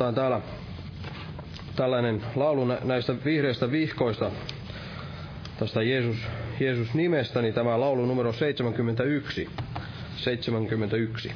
lauletaan täällä tällainen laulu näistä vihreistä vihkoista, tästä Jeesus-nimestä, niin tämä laulu numero 71. 71.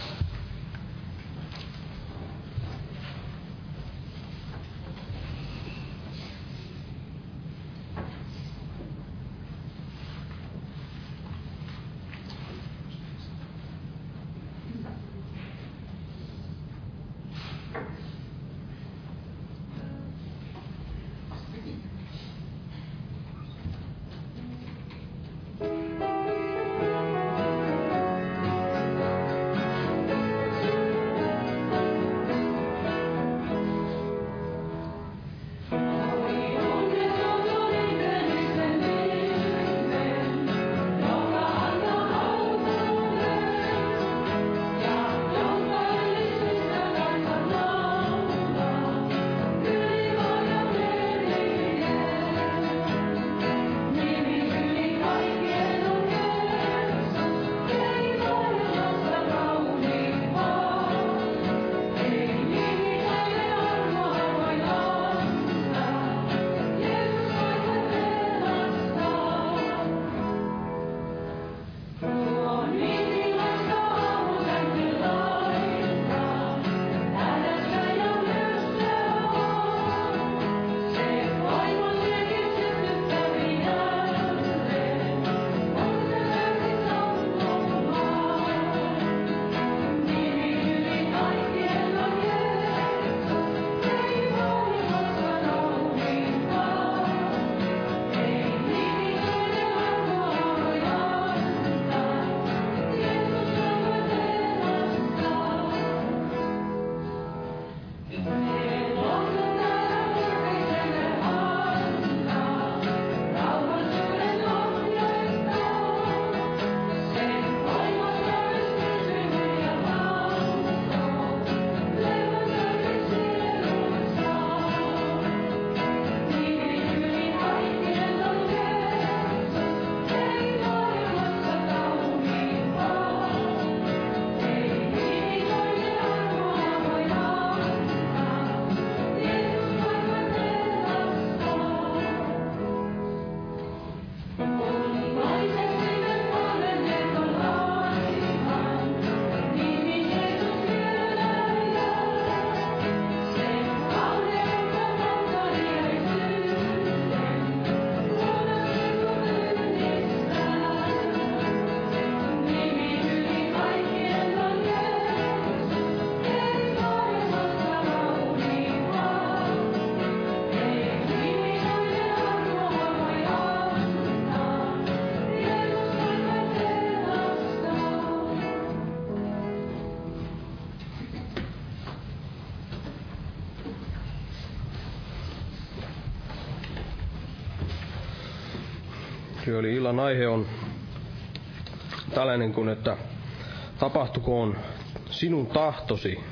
Eli illan aihe on tällainen kuin, että tapahtukoon sinun tahtosi.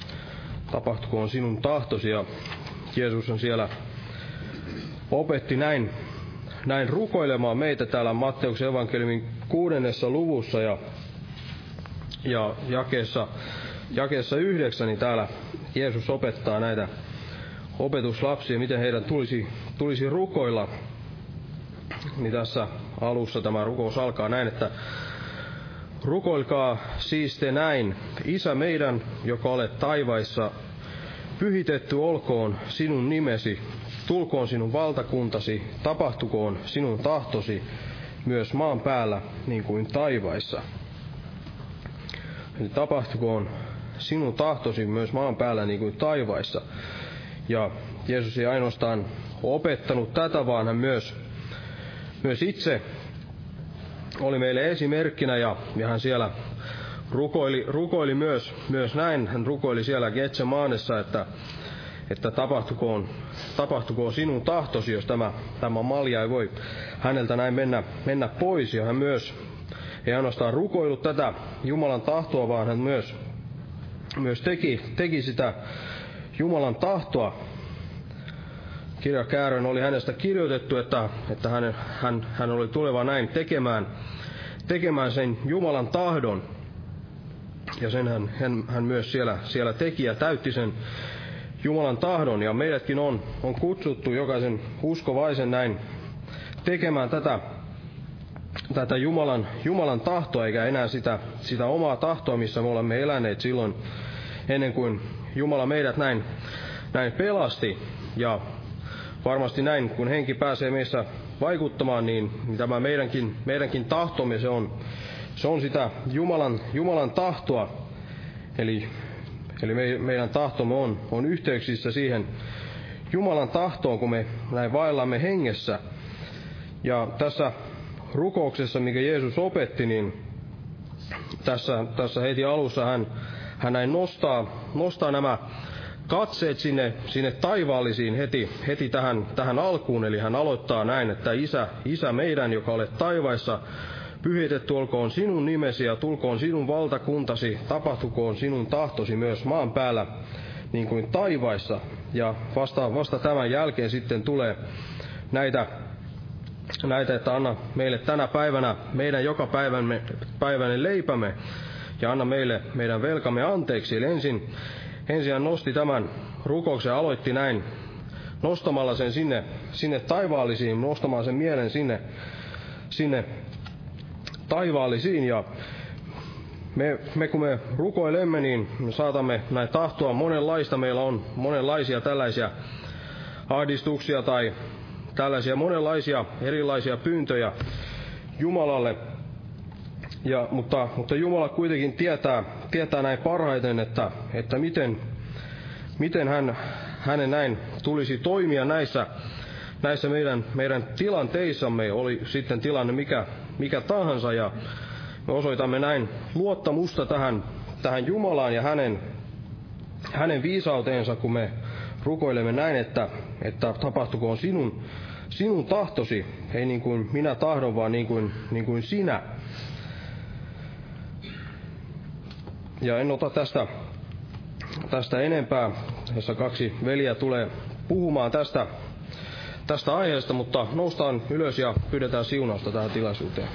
Tapahtukoon sinun tahtosi. Ja Jeesus on siellä opetti näin rukoilemaan meitä täällä Matteuksen evankeliumin 6. luvussa ja jakeessa 9, niin täällä Jeesus opettaa näitä opetuslapsia, miten heidän tulisi rukoilla. Niin tässä alussa tämä rukous alkaa näin, että rukoilkaa siis te näin: Isä meidän, joka olet taivaissa, pyhitetty olkoon sinun nimesi, tulkoon sinun valtakuntasi, tapahtukoon sinun tahtosi myös maan päällä niin kuin taivaissa. Eli tapahtukoon sinun tahtosi myös maan päällä niin kuin taivaissa. Ja Jeesus ei ainoastaan opettanut tätä, vaan hän myös itse oli meille esimerkkinä, ja hän siellä rukoili myös näin. Hän rukoili siellä Getsemanessa, että tapahtukoon sinun tahtosi, jos tämä malja ei voi häneltä näin mennä pois. Ja hän myös ei ainoastaan rukoillut tätä Jumalan tahtoa, vaan hän myös teki sitä Jumalan tahtoa. Kirja Käärön oli hänestä kirjoitettu, että hän oli tuleva näin tekemään sen Jumalan tahdon. Ja sen hän myös siellä teki ja täytti sen Jumalan tahdon, ja meidätkin on kutsuttu jokaisen uskovaisen näin tekemään tätä Jumalan tahtoa, eikä enää sitä omaa tahtoa, missä me olemme eläneet silloin, ennen kuin Jumala meidät näin pelasti. Ja varmasti näin, kun henki pääsee meissä vaikuttamaan, niin tämä meidänkin tahtomme, se on sitä Jumalan tahtoa. Eli meidän tahtomme on yhteyksissä siihen Jumalan tahtoon, kun me näin vaellamme hengessä. Ja tässä rukouksessa, mikä Jeesus opetti, niin tässä heti alussa hän näin nostaa nämä katseet sinne taivaallisiin heti tähän alkuun. Eli hän aloittaa näin, että Isä meidän, joka olet taivaissa, pyhitetty olkoon sinun nimesi ja tulkoon sinun valtakuntasi, tapahtukoon sinun tahtosi myös maan päällä niin kuin taivaissa. Ja vasta tämän jälkeen sitten tulee näitä, että anna meille tänä päivänä meidän joka päiväinen leipämme ja anna meille meidän velkamme anteeksi. Eli ensin hän nosti tämän rukouksen ja aloitti näin nostamalla sen sinne taivaallisiin, nostamaan sen mielen sinne taivaallisiin. Ja me kun me rukoilemme, niin me saatamme näin tahtoa monenlaista. Meillä on monenlaisia tällaisia ahdistuksia tai tällaisia monenlaisia erilaisia pyyntöjä Jumalalle. Mutta Jumala kuitenkin tietää näin parhaiten, että miten hänen näin tulisi toimia näissä meidän tilanteissamme, oli sitten tilanne mikä tahansa, ja me osoitamme näin luottamusta tähän Jumalaan ja hänen viisauteensa, kun me rukoilemme näin, että tapahtukoon sinun tahtosi, ei niin kuin minä tahdon, vaan niin kuin sinä. Ja en ota tästä enempää, jossa kaksi veliä tulee puhumaan tästä aiheesta, mutta noustaan ylös ja pyydetään siunausta tähän tilaisuuteen.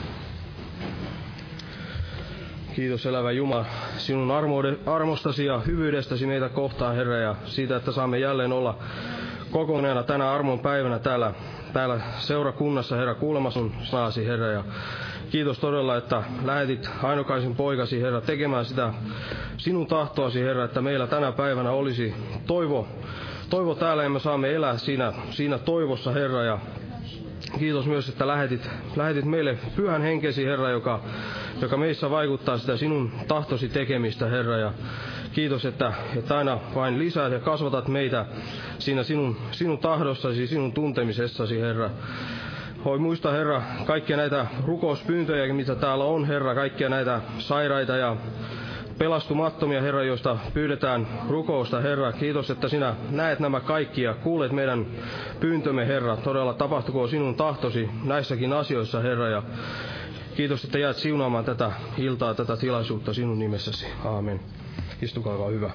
Kiitos elävä Jumala sinun armostasi ja hyvyydestäsi meitä kohtaan, Herra, ja siitä, että saamme jälleen olla kokoneena tänä armon päivänä täällä seurakunnassa, Herra, kuulemassa sun sanasi, Herra, ja kiitos todella, että lähetit ainokaisen poikasi, Herra, tekemään sitä sinun tahtoasi, Herra, että meillä tänä päivänä olisi toivo täällä, ja me saamme elää siinä toivossa, Herra, ja kiitos myös, että lähetit meille pyhän henkesi, Herra, joka meissä vaikuttaa sitä sinun tahtosi tekemistä, Herra, ja kiitos, että aina vain lisäät ja kasvatat meitä siinä sinun tahdossasi, sinun tuntemisessasi, Herra. Voi muista, Herra, kaikkia näitä rukouspyyntöjä, mitä täällä on, Herra, kaikkia näitä sairaita ja pelastumattomia, Herra, joista pyydetään rukousta, Herra. Kiitos, että sinä näet nämä kaikki ja kuulet meidän pyyntömme, Herra. Todella tapahtukoon sinun tahtosi näissäkin asioissa, Herra, ja kiitos, että jäät siunaamaan tätä iltaa, tätä tilaisuutta sinun nimessäsi. Aamen. Istukaa, olkaa hyvä.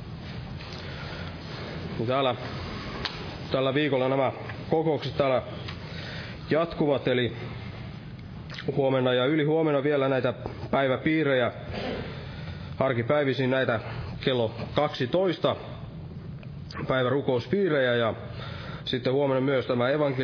Tällä viikolla nämä kokoukset täällä jatkuvat, eli huomenna ja ylihuomenna vielä näitä päiväpiirejä, arkipäivisin näitä kello 12 päivärukouspiirejä, ja sitten huomenna myös tämä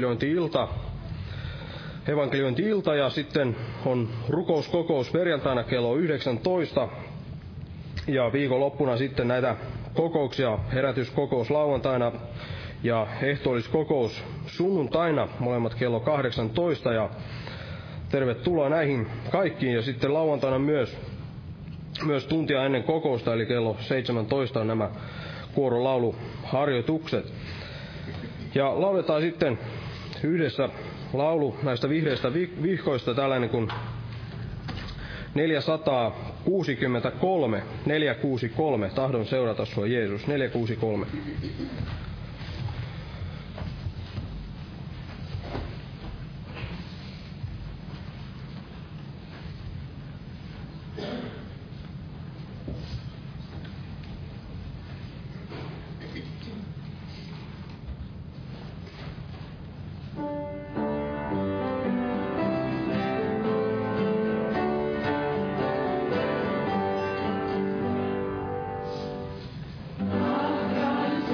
evankeliointi-ilta, ja sitten on rukouskokous perjantaina kello 19, ja viikonloppuna sitten näitä kokouksia, herätyskokous lauantaina ja ehtoolliskokous sunnuntaina, molemmat kello 18, ja tervetuloa näihin kaikkiin. Ja sitten lauantaina myös tuntia ennen kokousta, eli kello 17 on nämä kuorolauluharjoitukset. Ja lauletaan sitten yhdessä laulu näistä vihreistä vihkoista, tällainen kuin 463, tahdon seurata sua Jeesus, 463. Amen.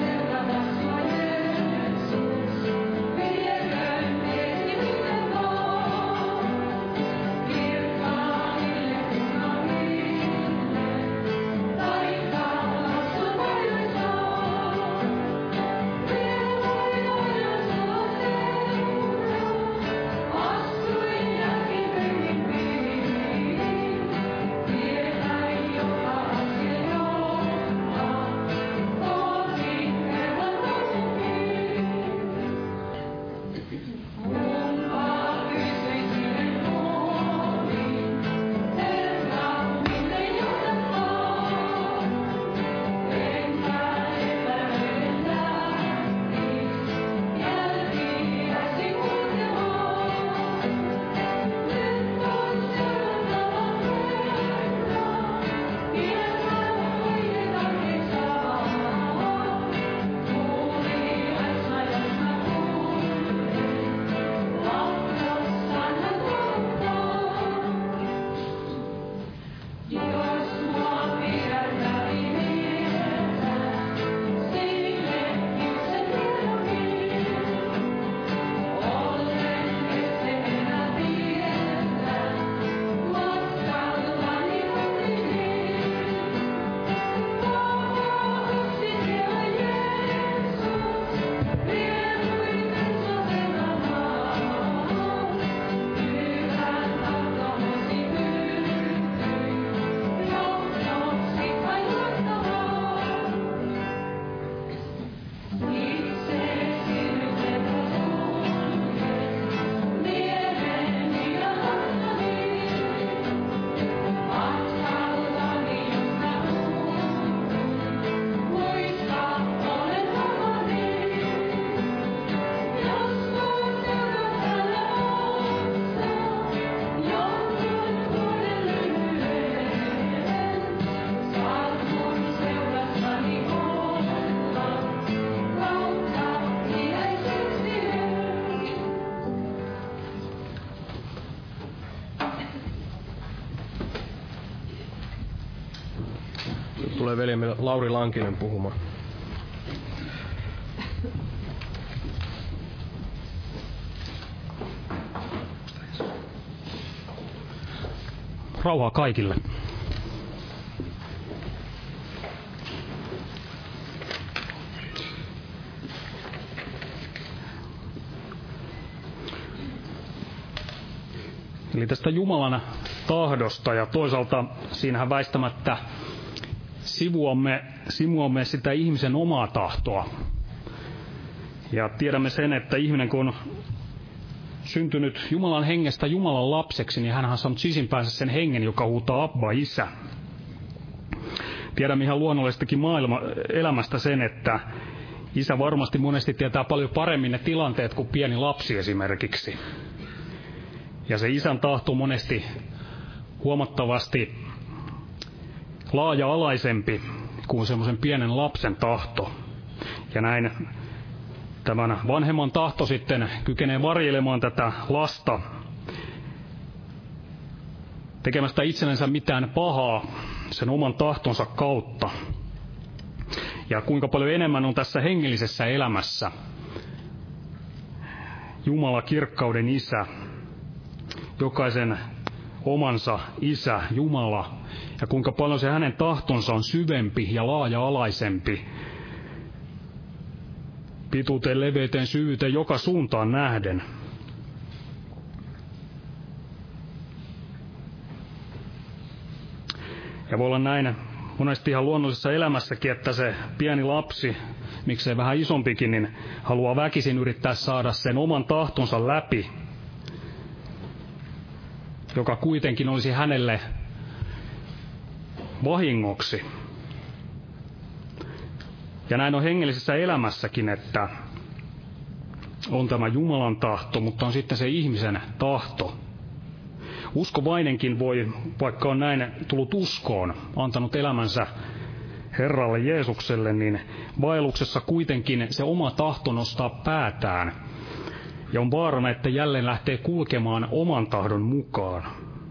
tulee veljemme Lauri Lankinen puhumaan. Rauhaa kaikille. Eli tästä Jumalan tahdosta, ja toisaalta siinähän väistämättä sivuamme sitä ihmisen omaa tahtoa. Ja tiedämme sen, että ihminen kun on syntynyt Jumalan hengestä Jumalan lapseksi, niin hän on saanut sisimpäänsä sen hengen, joka huutaa Abba, Isä. Tiedämme ihan luonnollisestakin elämästä sen, että isä varmasti monesti tietää paljon paremmin ne tilanteet kuin pieni lapsi esimerkiksi. Ja se isän tahto monesti huomattavasti laaja-alaisempi kuin semmoisen pienen lapsen tahto. Ja näin tämän vanhemman tahto sitten kykenee varjelemaan tätä lasta tekemästä itsellensä mitään pahaa sen oman tahtonsa kautta. Ja kuinka paljon enemmän on tässä hengellisessä elämässä Jumala, kirkkauden Isä, jokaisen omansa Isä, Jumala, ja kuinka paljon se hänen tahtonsa on syvempi ja laaja-alaisempi, pituuteen, leveyteen, syvyyteen, joka suuntaan nähden. Ja voi olla näin monesti ihan luonnollisessa elämässäkin, että se pieni lapsi, miksei vähän isompikin, niin haluaa väkisin yrittää saada sen oman tahtonsa läpi, joka kuitenkin olisi hänelle vahingoksi. Ja näin on hengellisessä elämässäkin, että on tämä Jumalan tahto, mutta on sitten se ihmisen tahto. Uskovainenkin voi, vaikka on näin tullut uskoon, antanut elämänsä Herralle Jeesukselle, niin vaelluksessa kuitenkin se oma tahto nostaa päätään. Ja on vaarana, että jälleen lähtee kulkemaan oman tahdon mukaan.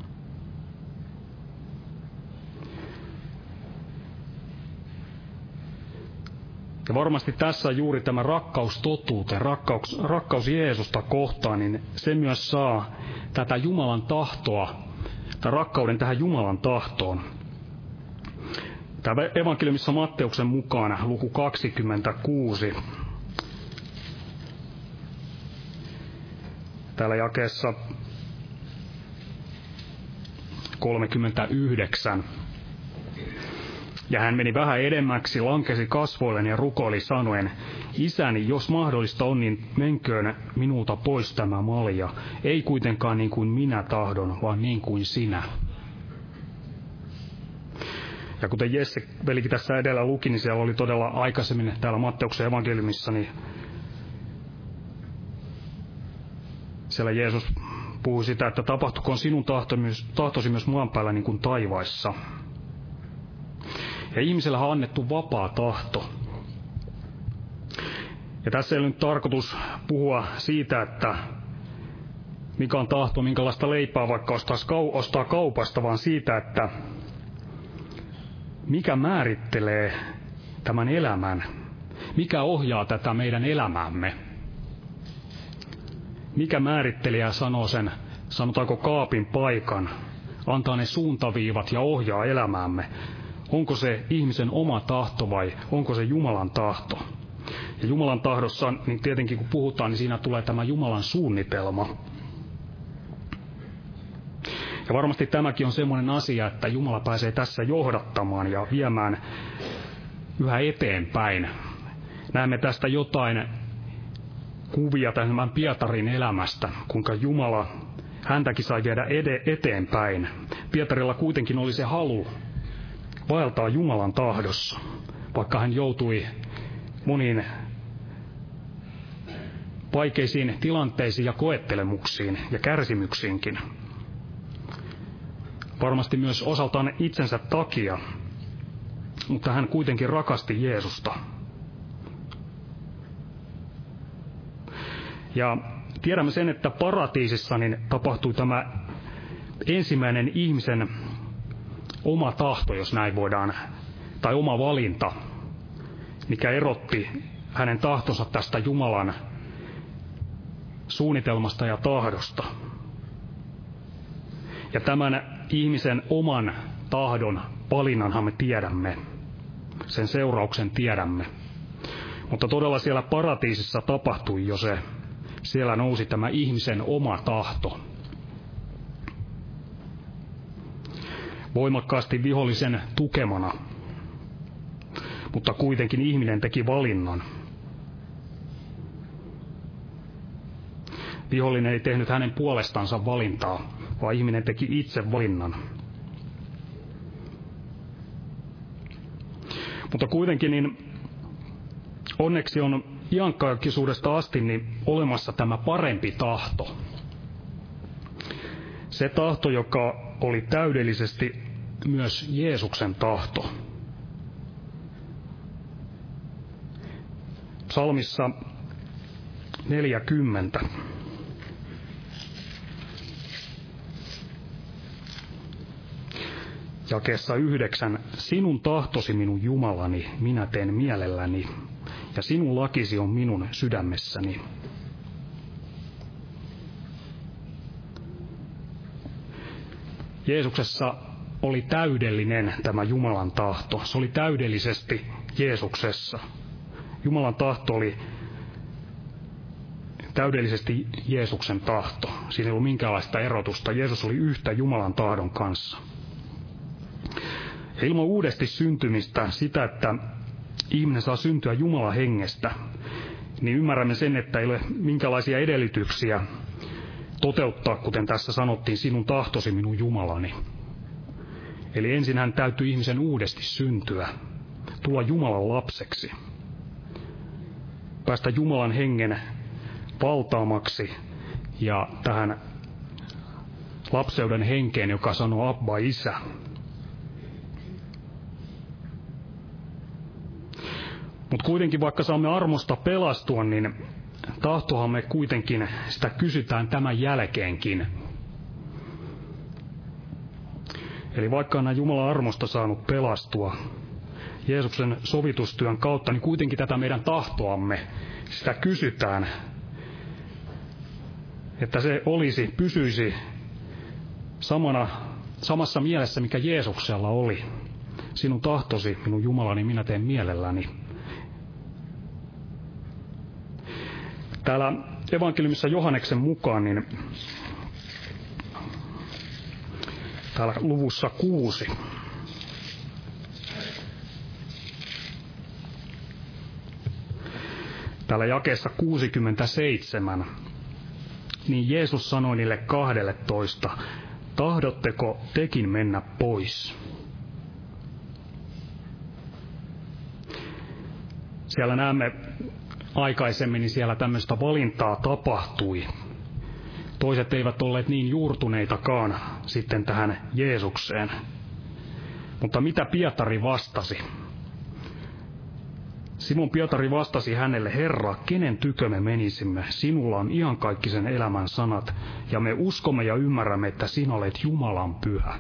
Ja varmasti tässä juuri tämä rakkaus totuuteen, rakkaus Jeesusta kohtaan, niin se myös saa tätä Jumalan tahtoa, tai rakkauden tähän Jumalan tahtoon. Tämä evankeliumissa Matteuksen mukaan luku 26. Täällä jakeessa 39. Ja hän meni vähän edemmäksi, lankesi kasvoilleen ja rukoili sanoen, Isäni, jos mahdollista on, niin menköön minulta pois tämä malja. Ei kuitenkaan niin kuin minä tahdon, vaan niin kuin sinä. Ja kuten Jesse velikin tässä edellä luki, niin siellä oli todella aikaisemmin täällä Matteuksen evankeliumissa, niin siellä Jeesus puhui sitä, että tapahtukoon sinun tahtosi myös maan päällä niin kuin taivaissa. Ja ihmisellä on annettu vapaa tahto. Ja tässä ei ole nyt tarkoitus puhua siitä, että mikä on tahto, minkälaista leipää vaikka ostaa kaupasta, vaan siitä, että mikä määrittelee tämän elämän, mikä ohjaa tätä meidän elämäämme. Mikä määrittelee ja sanoo sen, sanotaanko kaapin paikan, antaa ne suuntaviivat ja ohjaa elämäämme. Onko se ihmisen oma tahto vai onko se Jumalan tahto? Ja Jumalan tahdossa, niin tietenkin kun puhutaan, niin siinä tulee tämä Jumalan suunnitelma. Ja varmasti tämäkin on semmoinen asia, että Jumala pääsee tässä johdattamaan ja viemään yhä eteenpäin. Näemme tästä jotain kuvia tämän Pietarin elämästä, kuinka Jumala häntäkin sai viedä eteenpäin. Pietarilla kuitenkin oli se halu vaeltaa Jumalan tahdossa, vaikka hän joutui moniin vaikeisiin tilanteisiin ja koettelemuksiin ja kärsimyksiinkin. Varmasti myös osaltaan itsensä takia, mutta hän kuitenkin rakasti Jeesusta. Ja tiedämme sen, että paratiisissa niin tapahtui tämä ensimmäinen ihmisen oma tahto, jos näin voidaan tai oma valinta, mikä erotti hänen tahtonsa tästä Jumalan suunnitelmasta ja tahdosta. Ja tämän ihmisen oman tahdon valinnanhan me tiedämme, sen seurauksen tiedämme. Mutta todella siellä paratiisissa tapahtui jo se, siellä nousi tämä ihmisen oma tahto. Voimakkaasti vihollisen tukemana, mutta kuitenkin ihminen teki valinnan. Vihollinen ei tehnyt hänen puolestansa valintaa, vaan ihminen teki itse valinnan. Mutta kuitenkin niin onneksi on iankaikkisuudesta asti niin olemassa tämä parempi tahto. Se tahto, joka oli täydellisesti myös Jeesuksen tahto. Psalmissa 40. Jakeessa 9. Sinun tahtosi, minun Jumalani, minä teen mielelläni, ja sinun lakisi on minun sydämessäni. Jeesuksessa oli täydellinen tämä Jumalan tahto. Se oli täydellisesti Jeesuksessa. Jumalan tahto oli täydellisesti Jeesuksen tahto. Siinä ei ollut minkäänlaista erotusta. Jeesus oli yhtä Jumalan tahdon kanssa. Ja ilman uudesti syntymistä, sitä, että ihminen saa syntyä Jumalan hengestä, niin ymmärrämme sen, että ei ole minkälaisia edellytyksiä toteuttaa, kuten tässä sanottiin, sinun tahtosi, minun Jumalani. Eli ensinhän täytyy ihmisen uudesti syntyä, tulla Jumalan lapseksi, päästä Jumalan hengen valtaamaksi ja tähän lapseuden henkeen, joka sanoo Abba, Isä. Mutta kuitenkin vaikka saamme armosta pelastua, niin tahtohan me kuitenkin sitä kysytään tämän jälkeenkin. Eli vaikka on Jumalan armosta saanut pelastua Jeesuksen sovitustyön kautta, niin kuitenkin tätä meidän tahtoamme, sitä kysytään, että se pysyisi samassa mielessä, mikä Jeesuksella oli. Sinun tahtosi, minun Jumalani, minä teen mielelläni. Täällä evankeliumissa Johanneksen mukaan, niin täällä luvussa 6. Täällä jakeessa 67, niin Jeesus sanoi niille 12, tahdotteko tekin mennä pois? Siellä näemme aikaisemmin, niin siellä tämmöistä valintaa tapahtui. Toiset eivät olleet niin juurtuneitakaan sitten tähän Jeesukseen. Mutta mitä Pietari vastasi? Simon Pietari vastasi hänelle, Herra, kenen tykö me menisimme? Sinulla on iankaikkisen elämän sanat, ja me uskomme ja ymmärrämme, että sinä olet Jumalan pyhä.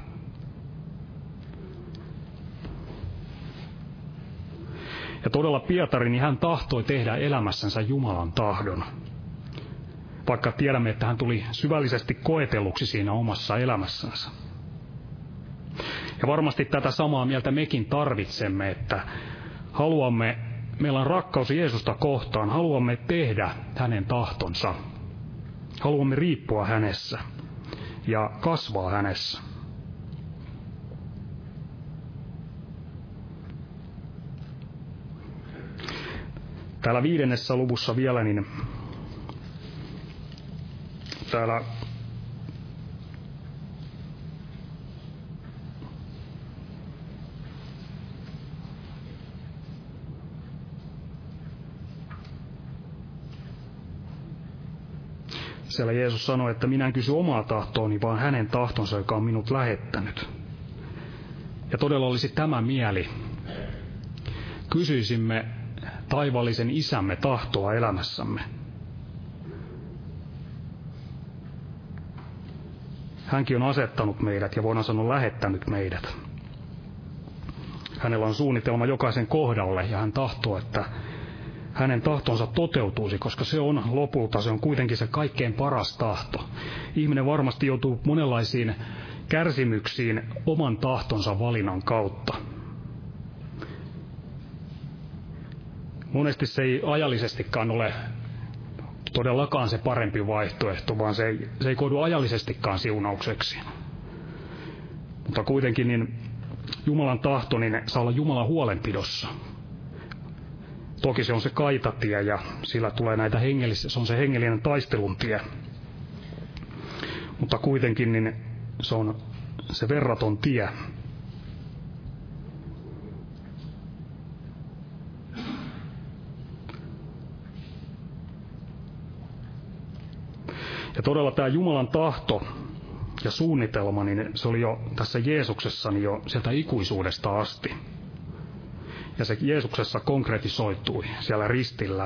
Ja todella Pietari, niin hän tahtoi tehdä elämässänsä Jumalan tahdon. Vaikka tiedämme, että hän tuli syvällisesti koetelluksi siinä omassa elämässänsä. Ja varmasti tätä samaa mieltä mekin tarvitsemme, että meillä on rakkaus Jeesusta kohtaan, haluamme tehdä hänen tahtonsa. Haluamme riippua hänessä ja kasvaa hänessä. Täällä 5. luvussa vielä, niin täällä siellä Jeesus sanoi, että minä en kysy omaa tahtooni, vaan hänen tahtonsa, joka on minut lähettänyt. Ja todella olisi tämä mieli. Kysyisimme taivaallisen Isämme tahtoa elämässämme. Hänkin on asettanut meidät ja voidaan sanoa lähettänyt meidät. Hänellä on suunnitelma jokaisen kohdalle ja hän tahtoo, että hänen tahtonsa toteutuisi, koska se on lopulta, se on kuitenkin se kaikkein paras tahto. Ihminen varmasti joutuu monenlaisiin kärsimyksiin oman tahtonsa valinnan kautta. Monesti se ei ajallisestikaan ole todellakaan se parempi vaihtoehto, vaan se ei koidu ajallisestikaan siunaukseksi. Mutta kuitenkin niin Jumalan tahto niin saa olla Jumalan huolenpidossa. Toki se on se kaitatie ja sillä tulee näitä se on se hengellinen taistelun tie. Mutta kuitenkin niin se on se verraton tie. Ja todella tämä Jumalan tahto ja suunnitelma, niin se oli jo tässä Jeesuksessa niin jo sieltä ikuisuudesta asti. Ja se Jeesuksessa konkretisoitui siellä ristillä.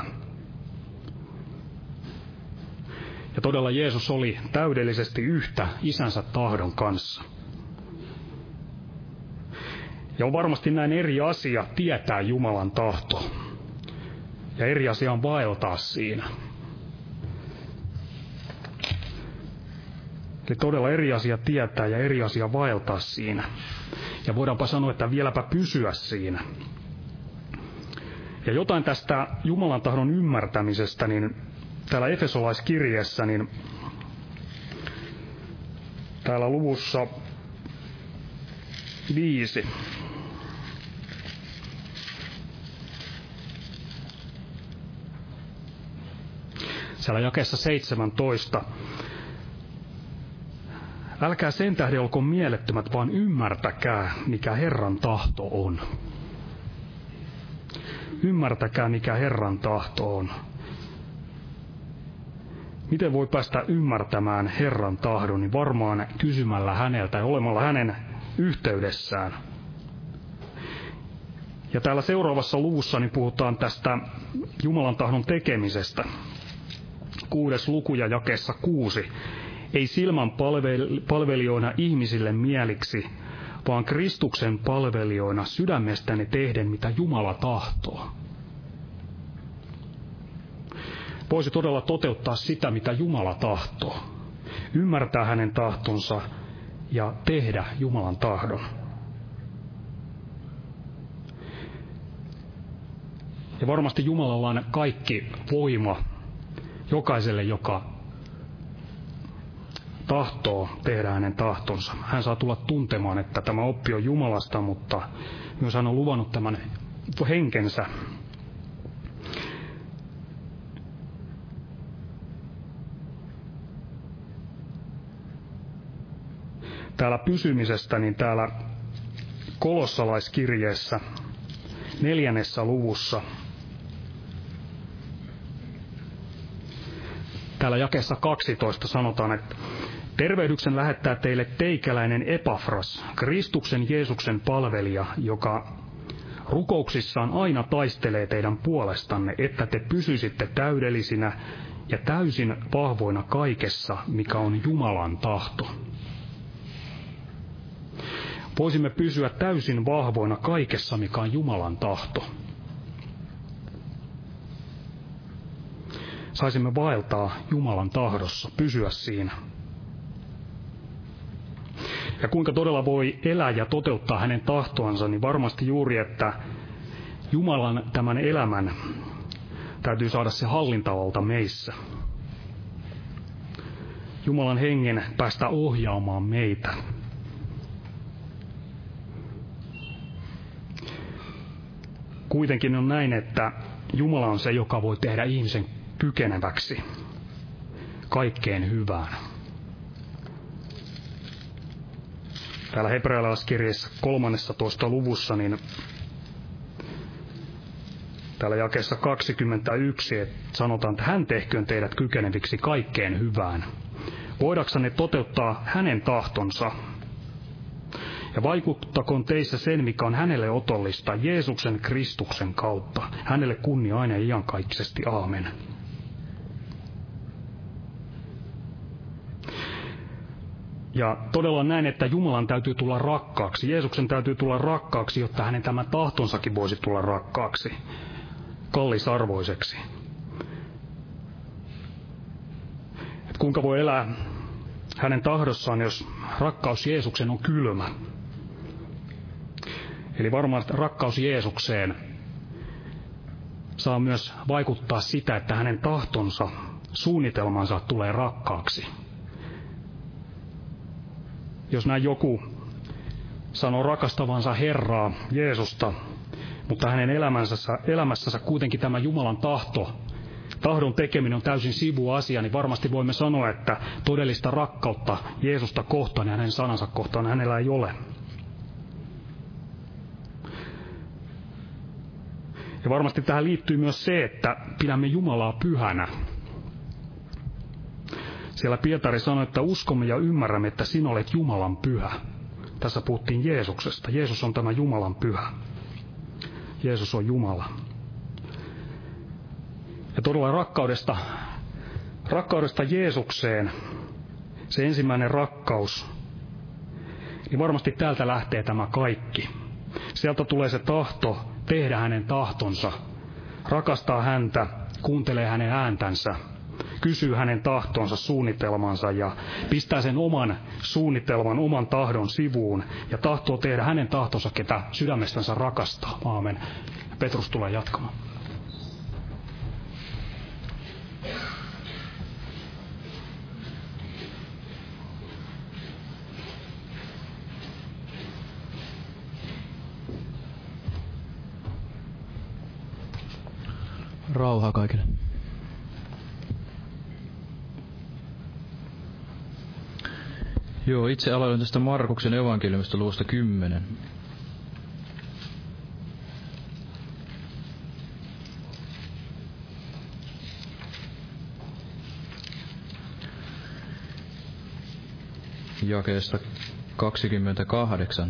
Ja todella Jeesus oli täydellisesti yhtä isänsä tahdon kanssa. Ja on varmasti näin eri asia tietää Jumalan tahto. Ja eri asia on vaeltaa siinä. Eli todella eri asia tietää ja eri asia vaeltaa siinä. Ja voidaanpa sanoa, että vieläpä pysyä siinä. Ja jotain tästä Jumalan tahdon ymmärtämisestä, niin täällä Efesolaiskirjeessä, niin täällä luvussa 5. Siellä jakeessa 17. Älkää sen tähden olko mielettömät, vaan ymmärtäkää, mikä Herran tahto on. Ymmärtäkää, mikä Herran tahto on. Miten voi päästä ymmärtämään Herran tahdon, niin varmaan kysymällä häneltä ja olemalla hänen yhteydessään. Ja täällä seuraavassa luvussa niin puhutaan tästä Jumalan tahdon tekemisestä. 6. luku ja jakeessa 6. Ei silmän palvelijoina ihmisille mieliksi, vaan Kristuksen palvelijoina sydämestäni tehden, mitä Jumala tahtoo. Voisi todella toteuttaa sitä, mitä Jumala tahtoo. Ymmärtää hänen tahtonsa ja tehdä Jumalan tahdon. Ja varmasti Jumalalla on kaikki voima jokaiselle, joka tahtoo tehdä hänen tahtonsa. Hän saa tulla tuntemaan, että tämä oppi on Jumalasta, mutta myös hän on luvannut tämän henkensä. Täällä pysymisestä, niin täällä Kolossalaiskirjeessä 4. luvussa, täällä jakeessa 12 sanotaan, että tervehdyksen lähettää teille teikäläinen Epafras, Kristuksen Jeesuksen palvelija, joka rukouksissaan aina taistelee teidän puolestanne, että te pysyisitte täydellisinä ja täysin vahvoina kaikessa, mikä on Jumalan tahto. Voisimme pysyä täysin vahvoina kaikessa, mikä on Jumalan tahto. Saisimme vaeltaa Jumalan tahdossa, pysyä siinä. Ja kuinka todella voi elää ja toteuttaa hänen tahtoansa, niin varmasti juuri, että Jumalan tämän elämän täytyy saada se hallintavalta meissä. Jumalan hengen päästä ohjaamaan meitä. Kuitenkin on näin, että Jumala on se, joka voi tehdä ihmisen kykeneväksi kaikkeen hyvään. Täällä hebrealaiskirjeessä 13. luvussa, niin täällä jakeessa 21, että sanotaan, että hän tehköön teidät kykeneviksi kaikkeen hyvään. Voidaksanne toteuttaa hänen tahtonsa. Ja vaikuttakoon teissä sen, mikä on hänelle otollista, Jeesuksen Kristuksen kautta. Hänelle kunnia aina ja iankaikkisesti. Aamen. Ja todella näin, että Jumalan täytyy tulla rakkaaksi. Jeesuksen täytyy tulla rakkaaksi, jotta hänen tämä tahtonsakin voisi tulla rakkaaksi, kallisarvoiseksi. Et kuinka voi elää hänen tahdossaan, jos rakkaus Jeesuksen on kylmä? Eli varmaan rakkaus Jeesukseen saa myös vaikuttaa sitä, että hänen tahtonsa, suunnitelmansa tulee rakkaaksi. Jos näin joku sanoo rakastavansa Herraa, Jeesusta, mutta hänen elämässänsä kuitenkin tämä Jumalan tahdon tekeminen on täysin sivuasia, niin varmasti voimme sanoa, että todellista rakkautta Jeesusta kohtaan ja hänen sanansa kohtaan hänellä ei ole. Ja varmasti tähän liittyy myös se, että pidämme Jumalaa pyhänä. Siellä Pietari sanoi, että uskomme ja ymmärrämme, että sinä olet Jumalan pyhä. Tässä puhuttiin Jeesuksesta. Jeesus on tämä Jumalan pyhä. Jeesus on Jumala. Ja todella rakkaudesta Jeesukseen, se ensimmäinen rakkaus, niin varmasti täältä lähtee tämä kaikki. Sieltä tulee se tahto tehdä hänen tahtonsa, rakastaa häntä, kuuntelee hänen ääntänsä, kysyy hänen tahtonsa, suunnitelmansa ja pistää sen oman suunnitelman, oman tahdon sivuun ja tahtoo tehdä hänen tahtonsa, ketä sydämestänsä rakastaa. Aamen. Petrus tulee jatkamaan. Rauhaa kaikille. Joo, itse aloitan tästä Markuksen evankeliumista luvusta 10. Jakeesta 28.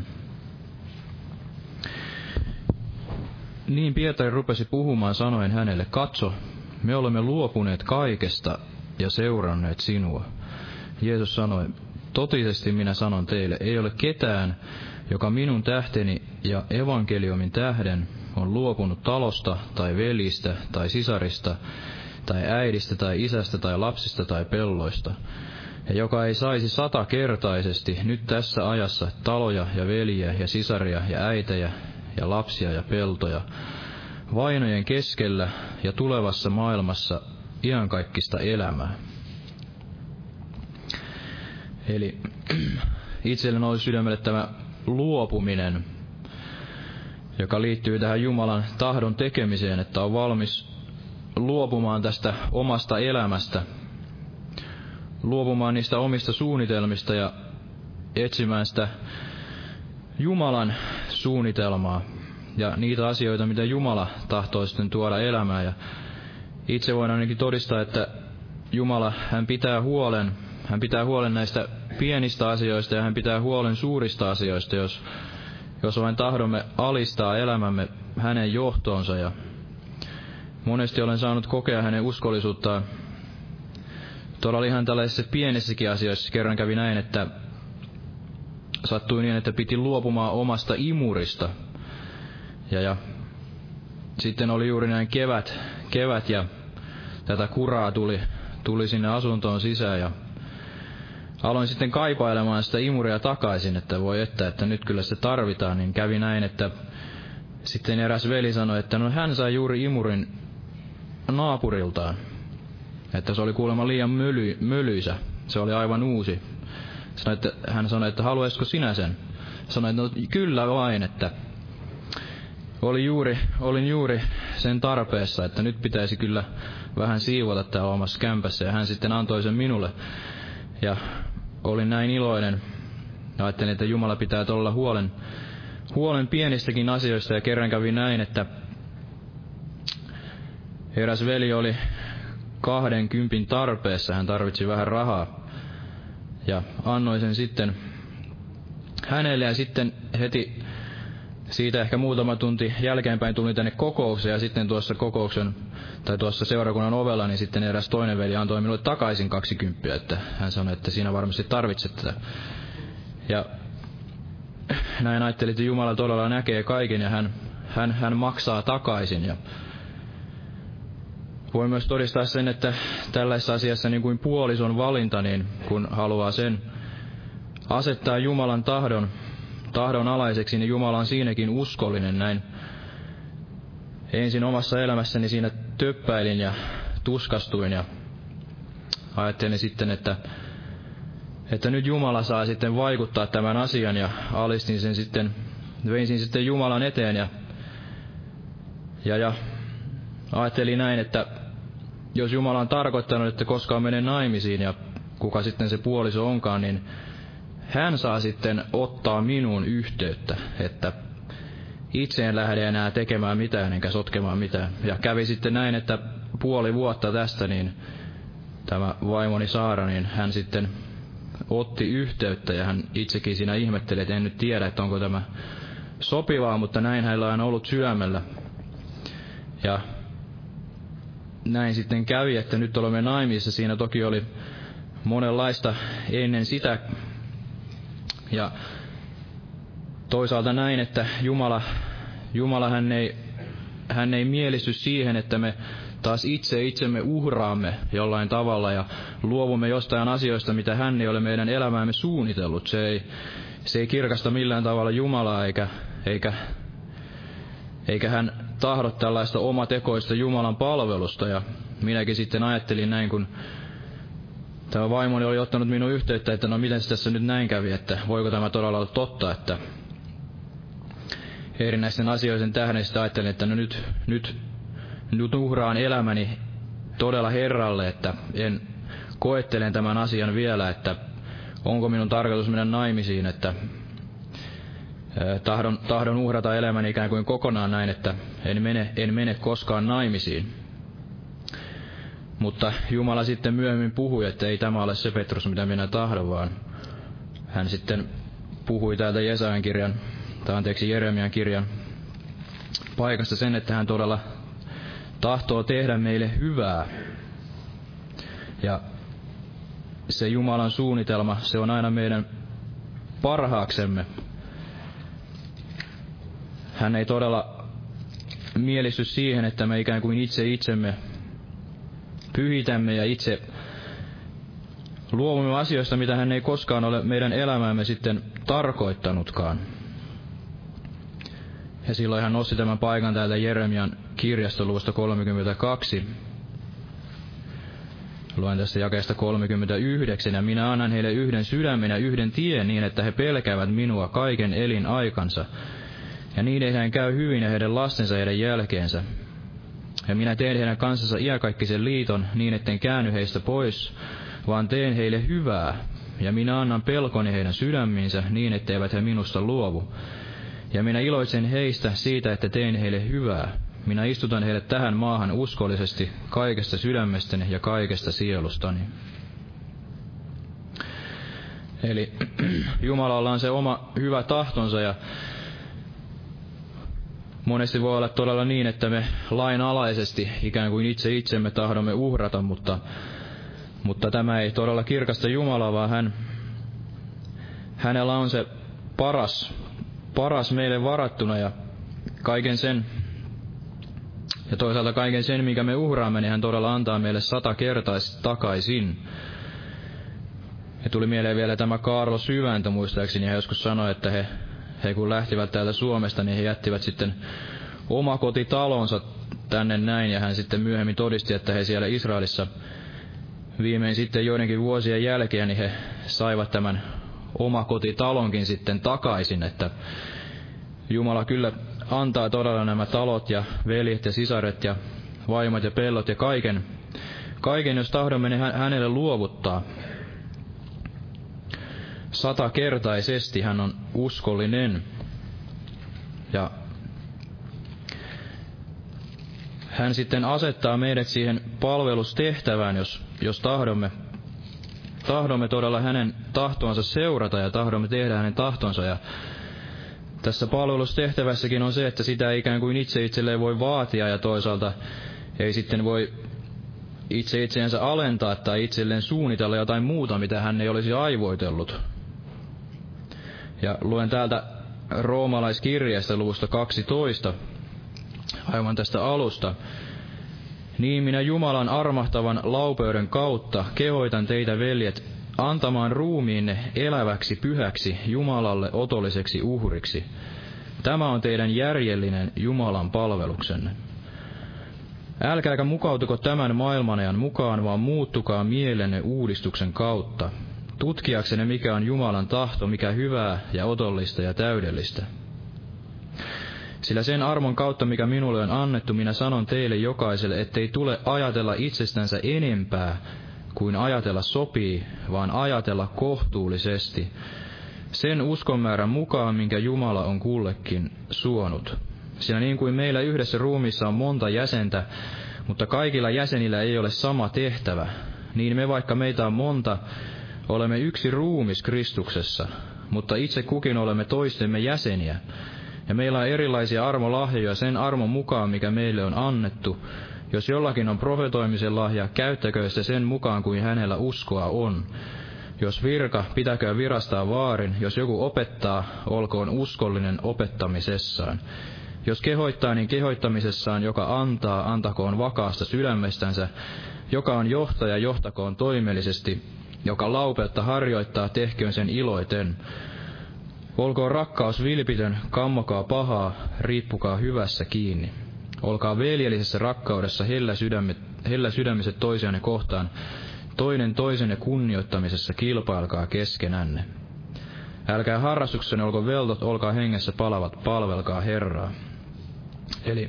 Niin Pietari rupesi puhumaan sanoen hänelle, katso, me olemme luopuneet kaikesta ja seuranneet sinua. Jeesus sanoi, totisesti minä sanon teille, ei ole ketään, joka minun tähteni ja evankeliumin tähden on luopunut talosta tai veljistä tai sisarista tai äidistä tai isästä tai lapsista tai pelloista. Ja joka ei saisi 100-kertaisesti nyt tässä ajassa taloja ja veljiä ja sisaria ja äitejä ja lapsia ja peltoja, vainojen keskellä ja tulevassa maailmassa iankaikkista elämää. Eli itselleni oli sydämelle tämä luopuminen, joka liittyy tähän Jumalan tahdon tekemiseen, että on valmis luopumaan tästä omasta elämästä, luopumaan niistä omista suunnitelmista ja etsimään sitä Jumalan suunnitelmaa ja niitä asioita, mitä Jumala tahtoo sitten tuoda elämään. Ja itse voin ainakin todistaa, että Jumala, hän pitää huolen näistä pienistä asioista ja hän pitää huolen suurista asioista, jos vain tahdomme alistaa elämämme hänen johtoonsa. Ja monesti olen saanut kokea hänen uskollisuuttaan. Todella ihan tällaisissa pienissäkin asioissa kerran kävi näin, että sattui niin, että piti luopumaan omasta imurista. Ja sitten oli juuri näin kevät ja tätä kuraa tuli sinne asuntoon sisään ja aloin sitten kaipailemaan sitä imuria takaisin, että voi että nyt kyllä se tarvitaan, niin kävi näin, että sitten eräs veli sanoi, että no hän sai juuri imurin naapuriltaan, että se oli kuulemma liian mölyisä, se oli aivan uusi. Hän sanoi, että haluaisitko sinä sen? Sanoin, että no kyllä vain, että olin juuri sen tarpeessa, että nyt pitäisi kyllä vähän siivota täällä omassa kämpässä, ja hän sitten antoi sen minulle. Ja olin näin iloinen. Ajattelin, että Jumala pitää olla huolen pienistäkin asioista, ja kerran kävi näin, että eräs veli oli 20 tarpeessa, hän tarvitsi vähän rahaa. Ja annoin sen sitten hänelle, ja sitten heti siitä ehkä muutama tunti jälkeenpäin tulin tänne kokoukseen, ja sitten tuossa kokouksen tai tuossa seurakunnan ovella, niin sitten eräs toinen veli antoi minulle takaisin 20, että hän sanoi, että sinä varmasti tarvitset tätä. Ja näin ajattelin, että Jumala todella näkee kaiken ja hän maksaa takaisin. Ja voin myös todistaa sen, että tällaisessa asiassa niin kuin puolison valinta, niin kun haluaa sen asettaa Jumalan tahdon alaiseksi, niin Jumala on siinäkin uskollinen. Näin ensin omassa elämässäni siinä töppäilin ja tuskastuin ja ajattelin sitten, että nyt Jumala saa sitten vaikuttaa tämän asian ja alistin sen sitten, vein sen sitten Jumalan eteen ja ajattelin näin, että jos Jumala on tarkoittanut, että koskaan mene naimisiin ja kuka sitten se puoliso onkaan, niin hän saa sitten ottaa minuun yhteyttä, että itse en lähde enää tekemään mitään enkä sotkemaan mitään. Ja kävi sitten näin, että puoli vuotta tästä, niin tämä vaimoni Saara, niin hän sitten otti yhteyttä ja hän itsekin siinä ihmetteli, että en nyt tiedä, että onko tämä sopivaa, mutta näin hänellä on ollut sydämellä. Ja näin sitten kävi, että nyt olemme naimissa. Siinä toki oli monenlaista ennen sitä. Ja toisaalta näin, että Jumala hän ei mielisty siihen, että me taas itsemme uhraamme jollain tavalla ja luovumme jostain asioista, mitä hän ei ole meidän elämäämme suunnitellut. Se ei kirkasta millään tavalla Jumalaa eikä hän tahdo tällaista omatekoista Jumalan palvelusta. Ja minäkin sitten ajattelin näin, kun tämä vaimoni oli ottanut minun yhteyttä, että no miten tässä nyt näin kävi, että voiko tämä todella olla totta, että erinäisten asioiden tähden sitten ajattelin, että no nyt uhraan elämäni todella Herralle, että koettelen tämän asian vielä, että onko minun tarkoitus mennä naimisiin, että tahdon uhrata elämäni ikään kuin kokonaan näin, että en mene koskaan naimisiin. Mutta Jumala sitten myöhemmin puhui, että ei tämä ole se Petrus, mitä minä tahdon, vaan hän sitten puhui täältä Jeremian kirjan paikasta sen, että hän todella tahtoo tehdä meille hyvää. Ja se Jumalan suunnitelma, se on aina meidän parhaaksemme. Hän ei todella mielisty siihen, että me ikään kuin itsemme pyhitämme ja itse luovumme asioista, mitä hän ei koskaan ole meidän elämäämme sitten tarkoittanutkaan. Ja silloin hän nosti tämän paikan täältä Jeremian kirjasta luvusta 32. Luen tästä jakeesta 39. Ja minä annan heille yhden sydämen ja yhden tien niin, että he pelkäävät minua kaiken elinaikansa. Ja niiden käy hyvin ja heidän lastensa heidän jälkeensä. Ja minä teen heidän kanssansa iäkaikkisen liiton niin, etten käänny heistä pois, vaan teen heille hyvää. Ja minä annan pelkoni heidän sydämiinsä niin, etteivät he minusta luovu. Ja minä iloitsen heistä siitä, että teen heille hyvää. Minä istutan heidät tähän maahan uskollisesti kaikesta sydämestäni ja kaikesta sielustani. Eli Jumalalla on se oma hyvä tahtonsa ja monesti voi olla todella niin, että me lainalaisesti ikään kuin itsemme tahdomme uhrata, mutta tämä ei todella kirkasta Jumalaa, vaan hänellä on se paras meille varattuna ja kaiken sen, ja toisaalta kaiken sen, mikä me uhraamme, niin hän todella antaa meille 100-kertaisesti takaisin. Ja tuli mieleen vielä tämä Kaarlo Syväntö muistaakseni, hän joskus sanoi, että he kun lähtivät täältä Suomesta, niin he jättivät sitten omakotitalonsa tänne näin, ja hän sitten myöhemmin todisti, että he siellä Israelissa viimein sitten joidenkin vuosien jälkeen, niin he saivat tämän omakotitalonkin sitten takaisin, että Jumala kyllä antaa todella nämä talot ja veljet ja sisaret ja vaimot ja pellot ja kaiken jos tahdomme, niin hänelle luovuttaa. 100-kertaisesti hän on uskollinen. Ja hän sitten asettaa meidät siihen palvelustehtävään, jos tahdomme todella hänen tahtoansa seurata ja tahdomme tehdä hänen tahtonsa. Ja tässä palvelustehtävässäkin on se, että sitä ikään kuin itselleen voi vaatia ja toisaalta ei sitten voi itseänsä alentaa tai itselleen suunnitella jotain muuta, mitä hän ei olisi aivoitellut. Ja luen täältä roomalaiskirjeestä luvusta 12, aivan tästä alusta. Niin minä Jumalan armahtavan laupeuden kautta kehoitan teitä, veljet, antamaan ruumiinne eläväksi pyhäksi Jumalalle otolliseksi uhriksi. Tämä on teidän järjellinen Jumalan palveluksenne. Älkääkä mukautuko tämän maailmanajan mukaan, vaan muuttukaa mielenne uudistuksen kautta, tutkiaksenne mikä on Jumalan tahto, mikä hyvää ja otollista ja täydellistä. Sillä sen armon kautta, mikä minulle on annettu, minä sanon teille jokaiselle, ettei tule ajatella itsestänsä enempää kuin ajatella sopii, vaan ajatella kohtuullisesti, sen uskonmäärän mukaan, minkä Jumala on kullekin suonut. Sillä niin kuin meillä yhdessä ruumiissa on monta jäsentä, mutta kaikilla jäsenillä ei ole sama tehtävä, niin me vaikka meitä on monta, olemme yksi ruumis Kristuksessa, mutta itse kukin olemme toistemme jäseniä. Ja meillä on erilaisia armolahjoja sen armon mukaan, mikä meille on annettu. Jos jollakin on profetoimisen lahja, käyttäkö se sen mukaan kuin hänellä uskoa on. Jos virka, pitäkää virastaa vaarin. Jos joku opettaa, olkoon uskollinen opettamisessaan. Jos kehoittaa, niin kehoittamisessaan, joka antaa, antakoon vakaasta sydämestänsä. Joka on johtaja, johtakoon toimellisesti. Joka laupeutta harjoittaa, tehköön sen iloiten. Olkoon rakkaus vilpitön, kammokaa pahaa, riippukaa hyvässä kiinni. Olkaa veljellisessä rakkaudessa hellä sydämiset toisianne kohtaan, toinen toisenne kunnioittamisessa kilpailkaa keskenänne. Älkää harrastuksenne olko veltot, olkaa hengessä palavat, palvelkaa Herraa. Eli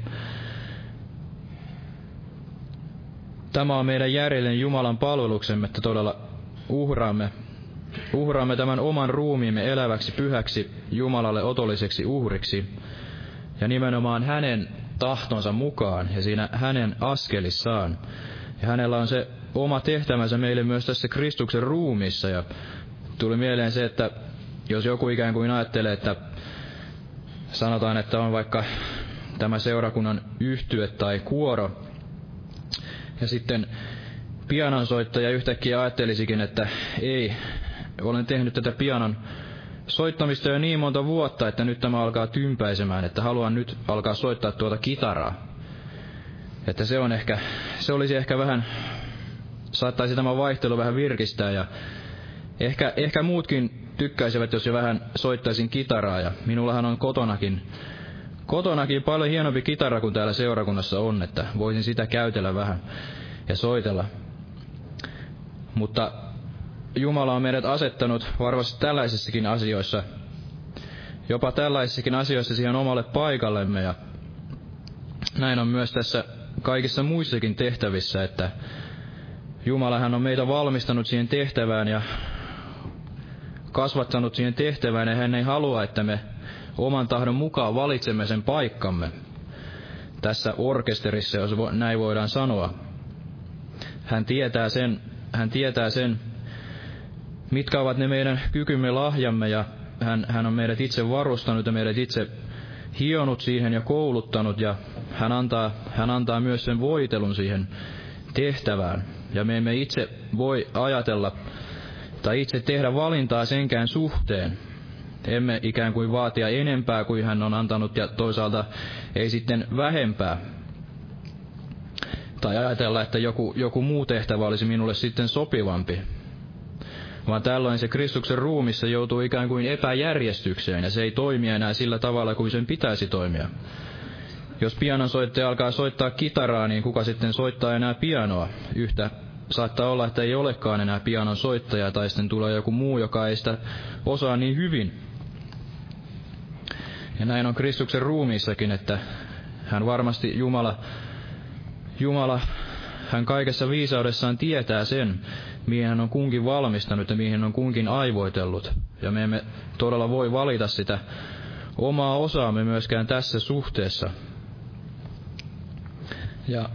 tämä on meidän järjellinen Jumalan palveluksemme, että todella uhraamme tämän oman ruumiimme eläväksi pyhäksi Jumalalle otolliseksi uhriksi ja nimenomaan hänen tahtonsa mukaan ja siinä hänen askelissaan. Ja hänellä on se oma tehtävänsä meille myös tässä Kristuksen ruumiissa ja tuli mieleen se, että jos joku ikään kuin ajattelee, että sanotaan, että on vaikka tämä seurakunnan yhtye tai kuoro ja sitten pianonsoittaja yhtäkkiä ajattelisikin, että ei, olen tehnyt tätä pianon soittamista jo niin monta vuotta, että nyt tämä alkaa tympäisemään, että haluan nyt alkaa soittaa tuota kitaraa. Että se olisi ehkä vähän, saattaisi tämä vaihtelu vähän virkistää ja ehkä muutkin tykkäisivät, jos jo vähän soittaisin kitaraa ja minullahan on kotonakin paljon hienompi kitara kuin täällä seurakunnassa on, että voisin sitä käytellä vähän ja soitella. Mutta Jumala on meidät asettanut varmasti tällaisissakin asioissa, jopa tällaisissakin asioissa siihen omalle paikallemme ja näin on myös tässä kaikissa muissakin tehtävissä, että Jumalahan on meitä valmistanut siihen tehtävään ja kasvattanut siihen tehtävään ja hän ei halua, että me oman tahdon mukaan valitsemme sen paikkamme tässä orkesterissa, jos näin voidaan sanoa. Hän tietää sen, mitkä ovat ne meidän kykymme lahjamme ja hän on meidät itse varustanut ja meidät itse hionut siihen ja kouluttanut ja hän antaa myös sen voitelun siihen tehtävään. Ja me emme itse voi ajatella tai itse tehdä valintaa senkään suhteen. Emme ikään kuin vaatia enempää kuin hän on antanut ja toisaalta ei sitten vähempää. Tai ajatella, että joku muu tehtävä olisi minulle sitten sopivampi. Vaan tällöin se Kristuksen ruumissa joutuu ikään kuin epäjärjestykseen ja se ei toimi enää sillä tavalla kuin sen pitäisi toimia. Jos pianonsoittaja alkaa soittaa kitaraa, niin kuka sitten soittaa enää pianoa? Yhtä saattaa olla, että ei olekaan enää pianon soittaja tai sitten tulee joku muu, joka ei sitä osaa niin hyvin. Ja näin on Kristuksen ruumiissakin, että hän varmasti Jumala, hän kaikessa viisaudessaan tietää sen, mihin hän on kunkin valmistanut ja mihin hän on kunkin aivoitellut. Ja me emme todella voi valita sitä omaa osaamme myöskään tässä suhteessa. Ja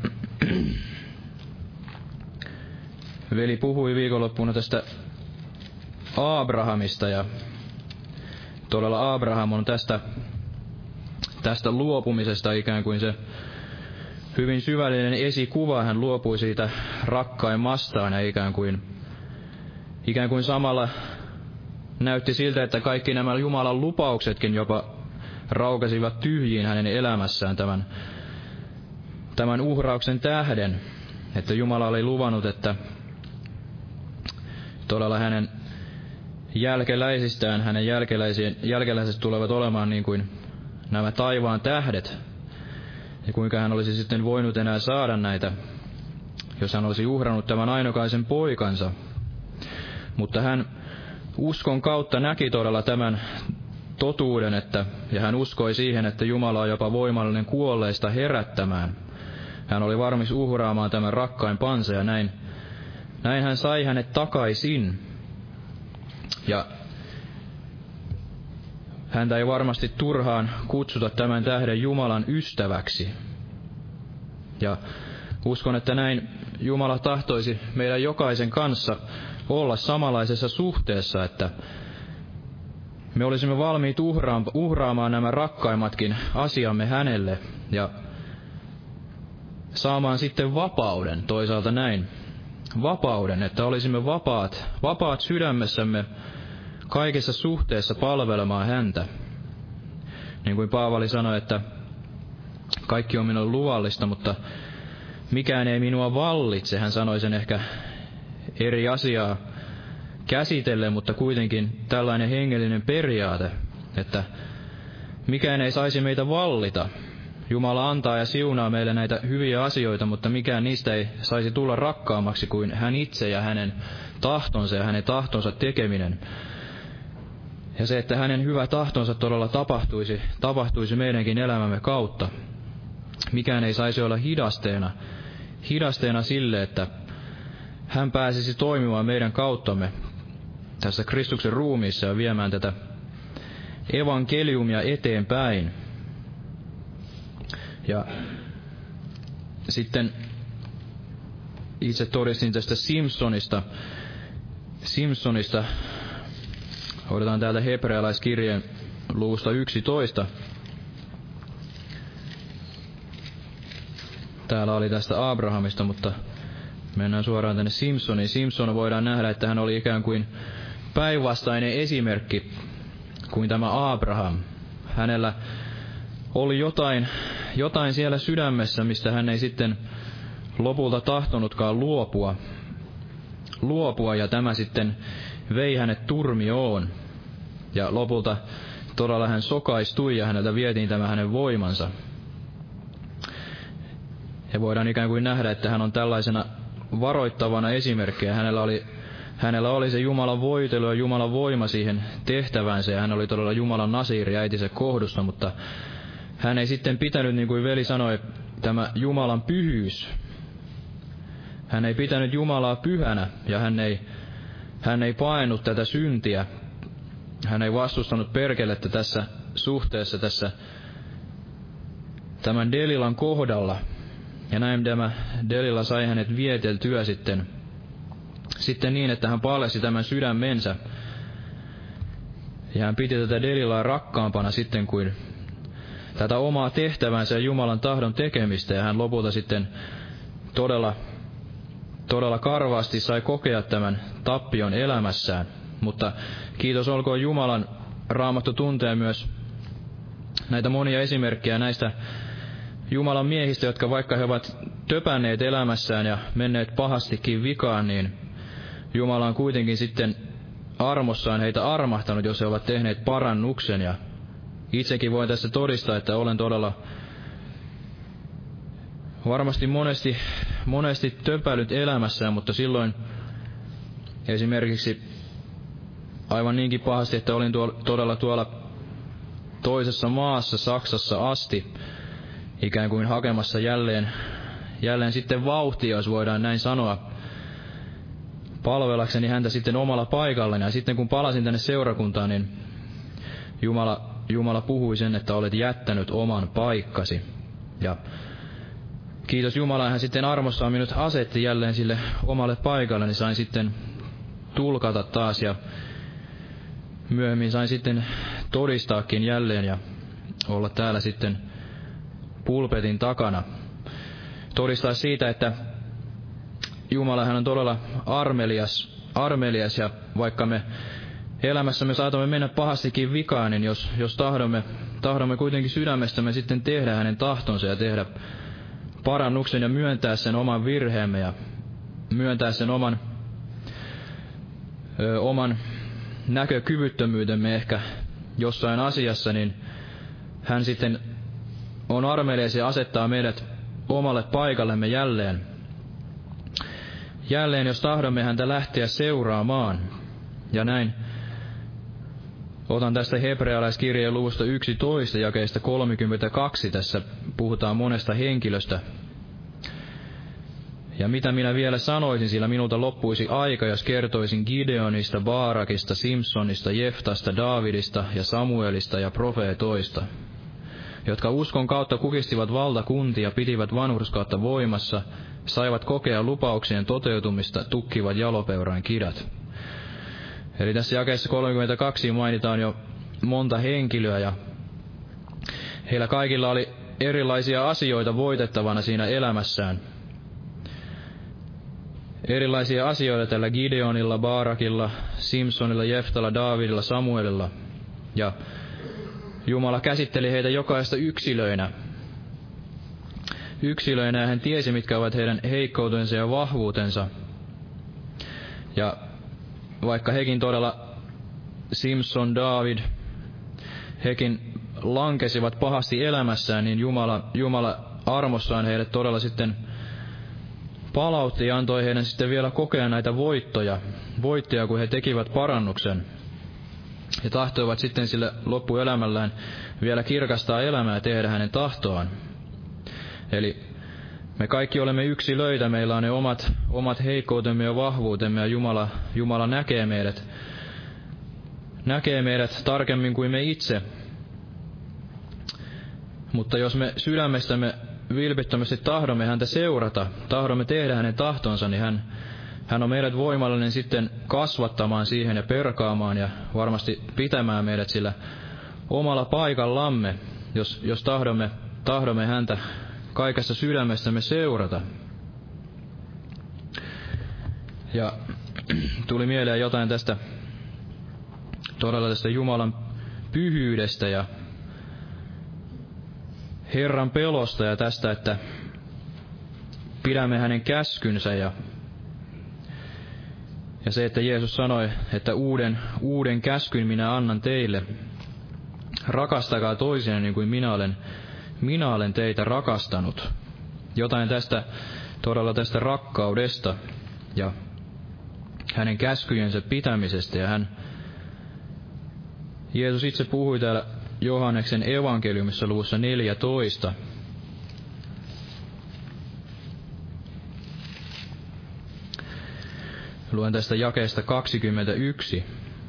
veli puhui viikonloppuna tästä Abrahamista ja todella Abraham on tästä luopumisesta ikään kuin se hyvin syvällinen esikuva. Hän luopui siitä rakkaimmastaan ja ikään kuin samalla näytti siltä, että kaikki nämä Jumalan lupauksetkin jopa raukasivat tyhjiin hänen elämässään tämän uhrauksen tähden, että Jumala oli luvannut, että todella hänen jälkeläisistään, hänen jälkeläiset tulevat olemaan niin kuin nämä taivaan tähdet, ja kuinka hän olisi sitten voinut enää saada näitä, jos hän olisi uhrannut tämän ainokaisen poikansa. Mutta hän uskon kautta näki todella tämän totuuden, ja hän uskoi siihen, että Jumala on jopa voimallinen kuolleista herättämään. Hän oli valmis uhraamaan tämän rakkaimpansa, ja näin hän sai hänet takaisin. Ja häntä ei varmasti turhaan kutsuta tämän tähden Jumalan ystäväksi. Ja uskon, että näin Jumala tahtoisi meidän jokaisen kanssa olla samanlaisessa suhteessa, että me olisimme valmiit uhraamaan nämä rakkaimmatkin asiamme hänelle ja saamaan sitten vapauden, toisaalta näin, vapauden, että olisimme vapaat sydämessämme kaikessa suhteessa palvelemaan häntä. Niin kuin Paavali sanoi, että kaikki on minulle luvallista, mutta mikään ei minua vallitse. Hän sanoi sen ehkä eri asiaa käsitellen, mutta kuitenkin tällainen hengellinen periaate, että mikään ei saisi meitä vallita. Jumala antaa ja siunaa meille näitä hyviä asioita, mutta mikään niistä ei saisi tulla rakkaammaksi kuin hän itse ja hänen tahtonsa ja hänen tahtonsa tekeminen. Ja se, että hänen hyvä tahtonsa todella tapahtuisi meidänkin elämämme kautta. Mikään ei saisi olla hidasteena sille, että hän pääsisi toimimaan meidän kauttamme tässä Kristuksen ruumiissa ja viemään tätä evankeliumia eteenpäin. Ja sitten itse todistin tästä Simpsonista. Otetaan täältä hebrealaiskirjeen luvusta 11. Täällä oli tästä Abrahamista, mutta mennään suoraan tänne Simpsoniin. Simpson voidaan nähdä, että hän oli ikään kuin päinvastainen esimerkki kuin tämä Abraham. Hänellä oli jotain siellä sydämessä, mistä hän ei sitten lopulta tahtonutkaan luopua, ja tämä sitten vei hänet turmioon. Ja lopulta todella hän sokaistui ja häneltä vietiin tämä hänen voimansa. Ja voidaan ikään kuin nähdä, että hän on tällaisena varoittavana esimerkkinä. Hänellä oli se Jumalan voitelu ja Jumalan voima siihen tehtävänsä, ja hän oli todella Jumalan nasiiri äitinsä kohdusta, mutta hän ei sitten pitänyt, niin kuin veli sanoi, tämä Jumalan pyhyys. Hän ei pitänyt Jumalaa pyhänä, ja hän ei paennut tätä syntiä. Hän ei vastustanut perkelettä tässä suhteessa tämän Delilan kohdalla. Ja näin tämä Delila sai hänet vieteltyä sitten niin, että hän paljasti tämän sydämensä. Ja hän piti tätä Delilaa rakkaampana sitten kuin tätä omaa tehtävänsä ja Jumalan tahdon tekemistä. Ja hän lopulta sitten todella karvaasti sai kokea tämän tappion elämässään. Mutta kiitos olkoon Jumalan, Raamattu tuntee myös näitä monia esimerkkejä näistä Jumalan miehistä, jotka vaikka he ovat töpänneet elämässään ja menneet pahastikin vikaan, niin Jumala on kuitenkin sitten armossaan heitä armahtanut, jos he ovat tehneet parannuksen. Ja itsekin voin tässä todistaa, että olen todella varmasti monesti töpäillyt elämässään, mutta silloin esimerkiksi aivan niinkin pahasti, että olin todella tuolla toisessa maassa, Saksassa asti, ikään kuin hakemassa jälleen sitten vauhtia, jos voidaan näin sanoa, palvelakseni häntä sitten omalla paikallani. Ja sitten kun palasin tänne seurakuntaan, niin Jumala puhui sen, että olet jättänyt oman paikkasi. Ja kiitos Jumala, hän sitten armossaan minut asetti jälleen sille omalle paikalle, niin sain sitten tulkata taas ja myöhemmin sain sitten todistaakin jälleen ja olla täällä sitten pulpetin takana. todistaa siitä, että Jumala hän on todella armelias ja vaikka me elämässämme saatamme mennä pahastikin vikaan, niin jos tahdomme kuitenkin sydämestämme sitten tehdä hänen tahtonsa ja tehdä parannuksen ja myöntää sen oman virheemme ja myöntää sen oman näkökyvyttömyytemme ehkä jossain asiassa, niin hän sitten on armelias ja asettaa meidät omalle paikallemme jälleen, jos tahdomme häntä lähteä seuraamaan. Ja näin otan tästä hebrealaiskirjeen luvusta 11 jakeesta 32. Tässä puhutaan monesta henkilöstä. Ja mitä minä vielä sanoisin, sillä minulta loppuisi aika, jos kertoisin Gideonista, Baarakista, Simsonista, Jeftasta, Daavidista ja Samuelista ja profeetoista, jotka uskon kautta kukistivat valtakuntia, pitivät vanhurskautta voimassa, saivat kokea lupauksien toteutumista, tukkivat jalopeuran kidat. Eli tässä jakeessa 32 mainitaan jo monta henkilöä, ja heillä kaikilla oli erilaisia asioita voitettavana siinä elämässään. Erilaisia asioita tällä Gideonilla, Baarakilla, Simsonilla, Jeftalla, Daavidilla, Samuelilla. Ja Jumala käsitteli heitä jokaista yksilöinä, ja hän tiesi, mitkä ovat heidän heikkoutensa ja vahvuutensa. Ja vaikka hekin todella, Simson, Daavid, hekin lankesivat pahasti elämässään, niin Jumala armossaan heidät todella sitten palautti ja antoi heidän sitten vielä kokea näitä voittoja, kun he tekivät parannuksen. He tahtoivat sitten sille loppuelämällään vielä kirkastaa elämää ja tehdä hänen tahtoaan. Eli me kaikki olemme yksilöitä, meillä on ne omat heikkoutemme ja vahvuutemme, ja Jumala näkee meidät tarkemmin kuin me itse. Mutta jos me sydämestämme vilpittömästi tahdomme häntä seurata, tahdomme tehdä hänen tahtonsa, niin hän on meidät voimallinen sitten kasvattamaan siihen ja perkaamaan ja varmasti pitämään meidät sillä omalla paikallamme, jos tahdomme häntä kaikessa sydämestämme seurata. Ja tuli mieleen jotain tästä Jumalan pyhyydestä ja Herran pelosta ja tästä, että pidämme hänen käskynsä ja se, että Jeesus sanoi, että uuden käskyn minä annan teille. Rakastakaa toisianne niin kuin minä olen teitä rakastanut. Jotain todella tästä rakkaudesta ja hänen käskyjensä pitämisestä. Ja Jeesus itse puhui täällä Johanneksen evankeliumissa luvussa 14. Luen tästä jakeesta 21.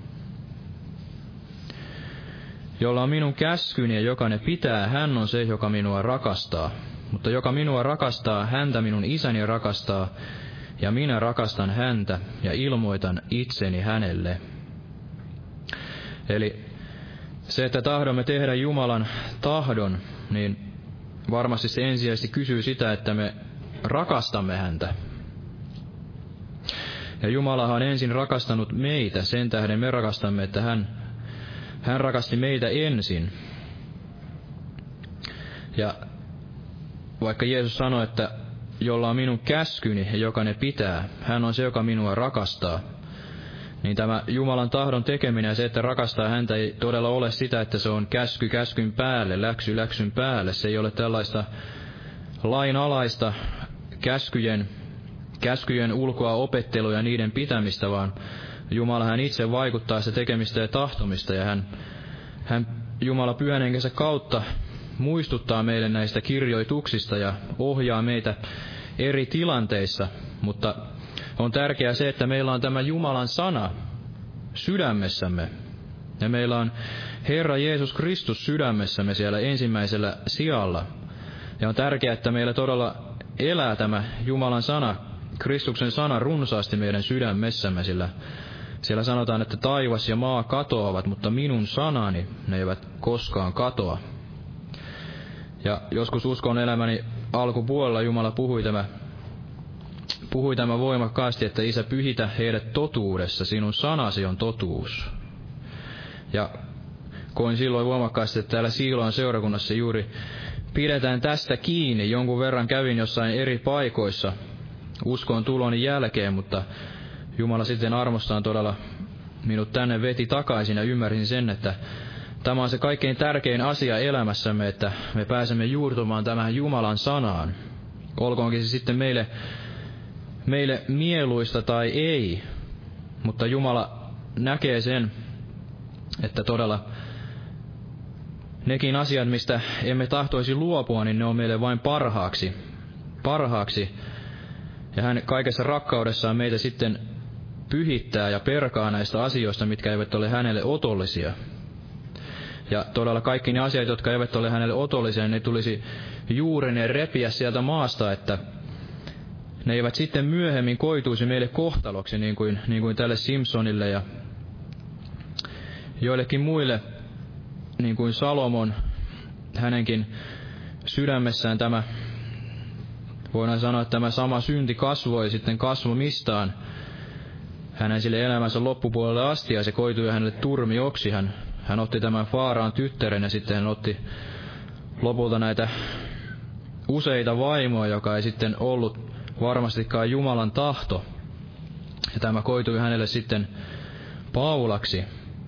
Jolla on minun käskyni ja joka ne pitää, hän on se, joka minua rakastaa. Mutta joka minua rakastaa, häntä minun isäni rakastaa, ja minä rakastan häntä ja ilmoitan itseni hänelle. Eli se, että tahdomme tehdä Jumalan tahdon, niin varmasti se ensisijaisesti kysyy sitä, että me rakastamme häntä. Ja Jumalahan on ensin rakastanut meitä, sen tähden me rakastamme, että hän rakasti meitä ensin. Ja vaikka Jeesus sanoi, että jolla on minun käskyni ja joka ne pitää, hän on se, joka minua rakastaa, niin tämä Jumalan tahdon tekeminen ja se, että rakastaa häntä, ei todella ole sitä, että se on käsky käskyn päälle, läksy läksyn päälle. Se ei ole tällaista lainalaista käskyjen ulkoa opettelua ja niiden pitämistä, vaan Jumala hän itse vaikuttaa sitä tekemistä ja tahtomista, ja hän Jumala Pyhän Henkensä kautta muistuttaa meille näistä kirjoituksista ja ohjaa meitä eri tilanteissa, mutta on tärkeää se, että meillä on tämä Jumalan sana sydämessämme, ja meillä on Herra Jeesus Kristus sydämessämme siellä ensimmäisellä sijalla, ja on tärkeää, että meillä todella elää tämä Jumalan sana, Kristuksen sana runsaasti meidän sydämessämme, sillä siellä sanotaan, että taivas ja maa katoavat, mutta minun sanani, ne eivät koskaan katoa. Ja joskus uskon elämäni alkupuolella Jumala puhui tämä voimakkaasti, että Isä, pyhitä heidät totuudessa, sinun sanasi on totuus. Ja koin silloin voimakkaasti, että täällä Siiloan seurakunnassa juuri pidetään tästä kiinni. Jonkun verran kävin jossain eri paikoissa uskoon tuloni jälkeen, mutta Jumala sitten armostaan todella minut tänne veti takaisin ja ymmärsin sen, että tämä on se kaikkein tärkein asia elämässämme, että me pääsemme juurtumaan tähän Jumalan sanaan. Olkoonkin se sitten meille mieluista tai ei, mutta Jumala näkee sen, että todella nekin asiat, mistä emme tahtoisi luopua, niin ne on meille vain parhaaksi. Ja hän kaikessa rakkaudessaan meitä sitten pyhittää ja perkaa näistä asioista, mitkä eivät ole hänelle otollisia. Ja todella kaikki ne asiat, jotka eivät ole hänelle otollisia, ne tulisi juurineen repiä sieltä maasta, että ne eivät sitten myöhemmin koituisi meille kohtaloksi, niin kuin tälle Simpsonille ja joillekin muille, niin kuin Salomon, hänenkin sydämessään tämä, voidaan sanoa, että tämä sama synti kasvoi sitten kasvamistaan hänen sille elämänsä loppupuolelle asti, ja se koitui hänelle turmioksi. Hän otti tämän Faaraan tyttären, ja sitten hän otti lopulta näitä useita vaimoja, joka ei sitten ollut varmastikaan Jumalan tahto. Ja tämä koitui hänelle sitten Paulaksi.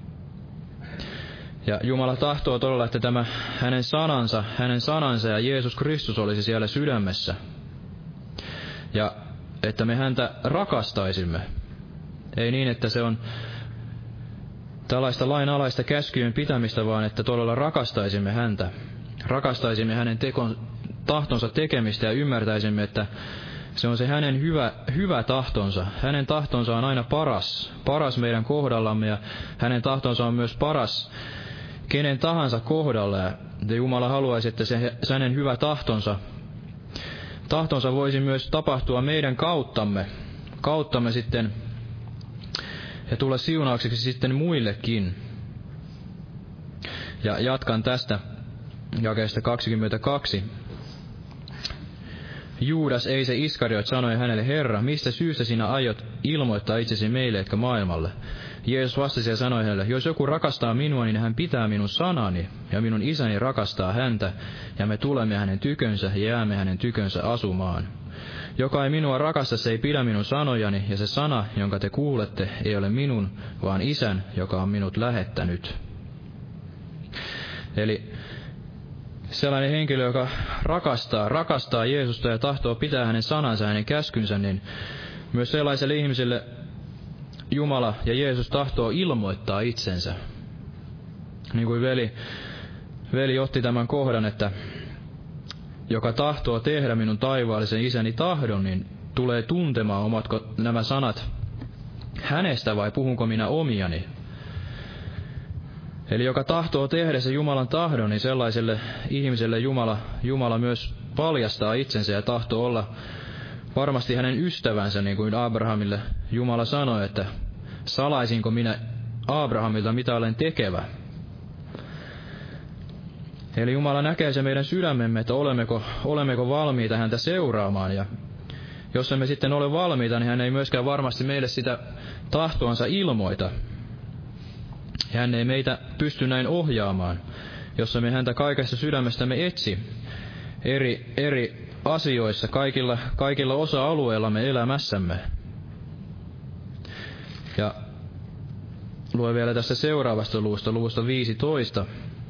Ja Jumala tahtoo todella, että tämä hänen sanansa ja Jeesus Kristus olisi siellä sydämessä. Ja että me häntä rakastaisimme. Ei niin, että se on tällaista lainalaista käskyjen pitämistä, vaan että todella rakastaisimme häntä. Rakastaisimme hänen tahtonsa tekemistä ja ymmärtäisimme, että se on se hänen hyvä tahtonsa. Hänen tahtonsa on aina paras meidän kohdallamme, ja hänen tahtonsa on myös paras kenen tahansa kohdalla. Ja Jumala haluaisi, että se hänen hyvä tahtonsa voisi myös tapahtua meidän kauttamme sitten, ja tulla siunaukseksi sitten muillekin. Ja jatkan tästä jakeesta 22. Juudas, ei se Iskariot, sanoi hänelle, Herra, mistä syystä sinä aiot ilmoittaa itsesi meille, etkä maailmalle? Jeesus vastasi ja sanoi hänelle, jos joku rakastaa minua, niin hän pitää minun sanani, ja minun isäni rakastaa häntä, ja me tulemme hänen tykönsä ja jäämme hänen tykönsä asumaan. Joka ei minua rakasta, se ei pidä minun sanojani, ja se sana, jonka te kuulette, ei ole minun, vaan Isän, joka on minut lähettänyt. Eli sellainen henkilö, joka rakastaa Jeesusta ja tahtoo pitää hänen sanansa, hänen käskynsä, niin myös sellaiselle ihmiselle Jumala ja Jeesus tahtoo ilmoittaa itsensä. Niin kuin veli otti tämän kohdan, että joka tahtoo tehdä minun taivaallisen isäni tahdon, niin tulee tuntemaan, omatko nämä sanat hänestä vai puhunko minä omiani. Eli joka tahtoo tehdä se Jumalan tahdon, niin sellaiselle ihmiselle Jumala myös paljastaa itsensä ja tahtoo olla varmasti hänen ystävänsä, niin kuin Abrahamille Jumala sanoi, että salaisinko minä Abrahamilta, mitä olen tekevä. Eli Jumala näkee se meidän sydämemme, että olemmeko valmiita häntä seuraamaan. Ja jos emme sitten ole valmiita, niin hän ei myöskään varmasti meille sitä tahtoansa ilmoita. Hän ei meitä pysty näin ohjaamaan, jos emme häntä kaikessa sydämestämme etsi eri asioissa, kaikilla osa-alueillamme elämässämme. Ja luen vielä tästä seuraavasta luvusta 15.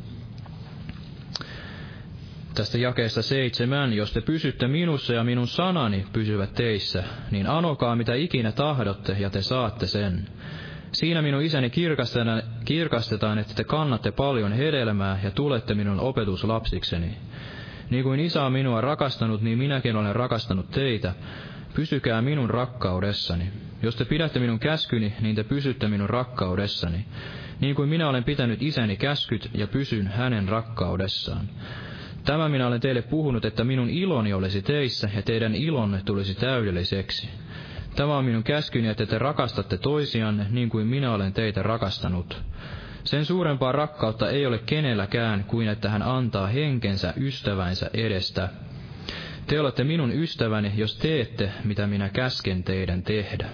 Tästä jakeesta 7, jos te pysytte minussa ja minun sanani pysyvät teissä, niin anokaa mitä ikinä tahdotte ja te saatte sen. Siinä minun isäni kirkastetaan, että te kannatte paljon hedelmää ja tulette minun opetuslapsikseni. Niin kuin isä on minua rakastanut, niin minäkin olen rakastanut teitä. Pysykää minun rakkaudessani. Jos te pidätte minun käskyni, niin te pysytte minun rakkaudessani. Niin kuin minä olen pitänyt isäni käskyt ja pysyn hänen rakkaudessaan. Tämä minä olen teille puhunut, että minun iloni olisi teissä ja teidän ilonne tulisi täydelliseksi. Tämä on minun käskyni, että te rakastatte toisianne niin kuin minä olen teitä rakastanut. Sen suurempaa rakkautta ei ole kenelläkään kuin että hän antaa henkensä ystävänsä edestä. te olette minun ystäväni, jos teette, mitä minä käsken teidän tehdä.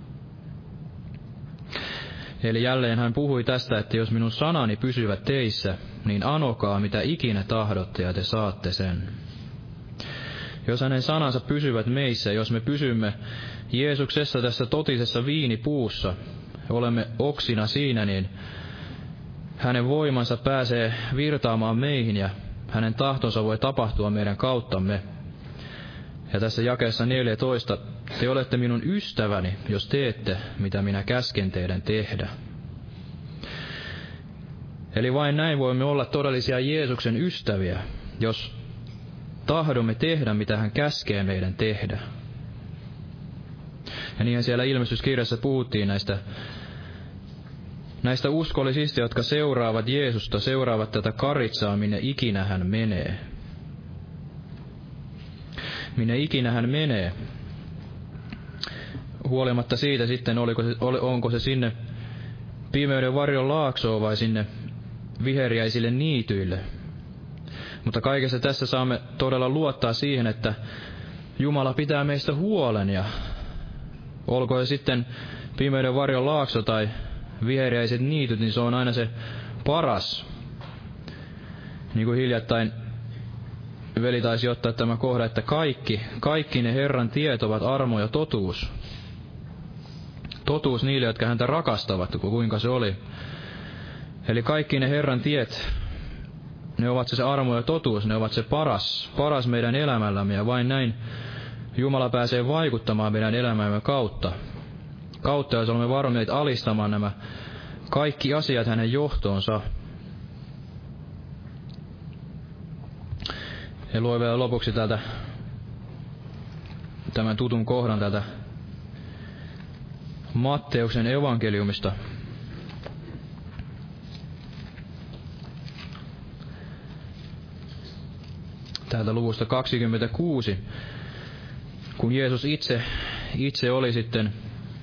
Eli jälleen hän puhui tästä, että jos minun sanani pysyvät teissä, niin anokaa mitä ikinä tahdotte ja te saatte sen. Jos hänen sanansa pysyvät meissä, jos me pysymme Jeesuksessa tässä totisessa viinipuussa, olemme oksina siinä, niin hänen voimansa pääsee virtaamaan meihin ja hänen tahtonsa voi tapahtua meidän kauttamme. Ja tässä jakeessa 14, te olette minun ystäväni, jos teette, mitä minä käsken teidän tehdä. Eli vain näin voimme olla todellisia Jeesuksen ystäviä, jos tahdomme tehdä, mitä hän käskee meidän tehdä. Ja niinhän siellä ilmestyskirjassa puhuttiin näistä uskollisista, jotka seuraavat Jeesusta, seuraavat tätä karitsaa, minne ikinä hän menee. Minne ikinä hän menee. Huolimatta siitä sitten, onko se sinne pimeyden varjon laaksoon vai sinne viheriäisille niityille. Mutta kaikessa tässä saamme todella luottaa siihen, että Jumala pitää meistä huolen, ja olko se sitten pimeyden varjon laakso tai viheriäiset niityt, niin se on aina se paras. Niin kuin hiljattain veli taisi ottaa tämä kohda, että kaikki ne Herran tiet ovat armo ja totuus. Totuus niille, jotka häntä rakastavat, kuinka se oli. Eli kaikki ne Herran tiet, ne ovat se armo ja totuus, ne ovat se paras meidän elämällämme, ja vain näin Jumala pääsee vaikuttamaan meidän elämämme kautta, jos olemme valmiit alistamaan nämä kaikki asiat hänen johtoonsa. Ja luen vielä lopuksi täältä tämän tutun kohdan täältä Matteuksen evankeliumista. Täältä luvusta 26, kun Jeesus itse oli sitten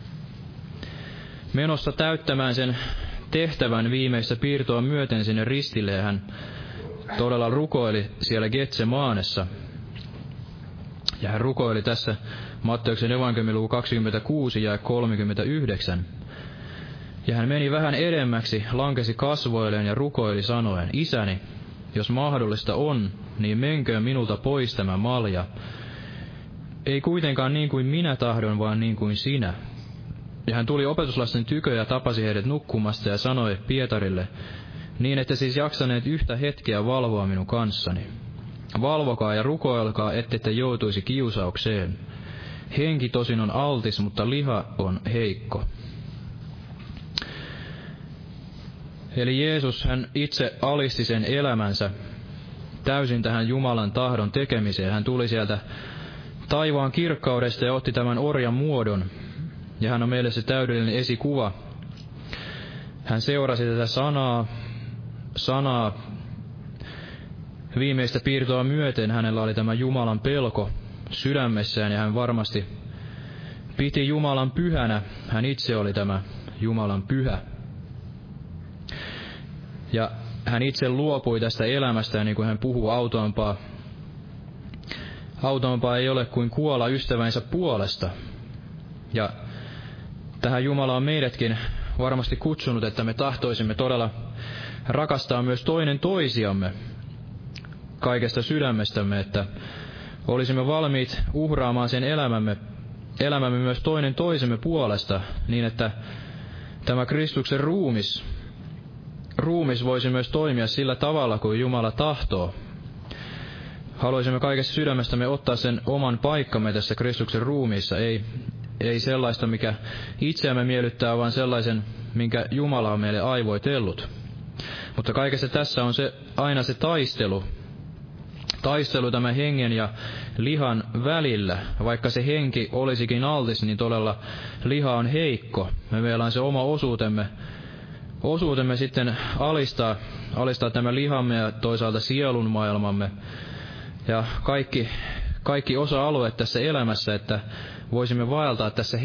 menossa täyttämään sen tehtävän viimeistä piirtoa myöten sinne ristille, ja hän todella rukoili siellä Getsemaanessa. Ja hän rukoili tässä Matteuksen evankeliumin luku 26 ja 39. Ja hän meni vähän edemmäksi, lankesi kasvoilleen ja rukoili sanoen, Isäni, jos mahdollista on, niin menköön minulta pois tämä malja. Ei kuitenkaan niin kuin minä tahdon, vaan niin kuin sinä. Ja hän tuli opetuslasten tykö ja tapasi heidät nukkumasta ja sanoi Pietarille, niin että siis jaksaneet yhtä hetkeä valvoa minun kanssani. Valvokaa ja rukoilkaa, ettette joutuisi kiusaukseen. Henki tosin on altis, mutta liha on heikko. Eli Jeesus, hän itse alisti sen elämänsä täysin tähän Jumalan tahdon tekemiseen. Hän tuli sieltä taivaan kirkkaudesta ja otti tämän orjan muodon. Ja hän on meille se täydellinen esikuva. Hän seurasi tätä sanaa viimeistä piirtoa myöten. Hänellä oli tämä Jumalan pelko sydämessään, ja hän varmasti piti Jumalan pyhänä. Hän itse oli tämä Jumalan pyhä. Ja hän itse luopui tästä elämästä, niin kuin hän puhuu, autompaa ei ole kuin kuolla ystävänsä puolesta. Ja tähän Jumala on meidätkin varmasti kutsunut, että me tahtoisimme todella rakastaa myös toinen toisiamme kaikesta sydämestämme, että olisimme valmiit uhraamaan sen elämämme myös toinen toisemme puolesta, niin että tämä Kristuksen ruumis voisi myös toimia sillä tavalla, kuin Jumala tahtoo. Haluaisimme kaikessa sydämestämme ottaa sen oman paikkamme tässä Kristuksen ruumiissa, ei sellaista, mikä itseämme miellyttää, vaan sellaisen, minkä Jumala on meille aivoitellut. Mutta kaikessa tässä on aina se taistelu tämän hengen ja lihan välillä. Vaikka se henki olisikin altis, niin todella liha on heikko. Meillä on se oma osuutemme sitten alistaa tämä lihamme ja toisaalta sielun maailmamme ja kaikki osa-alueet tässä elämässä, että voisimme vaeltaa tässä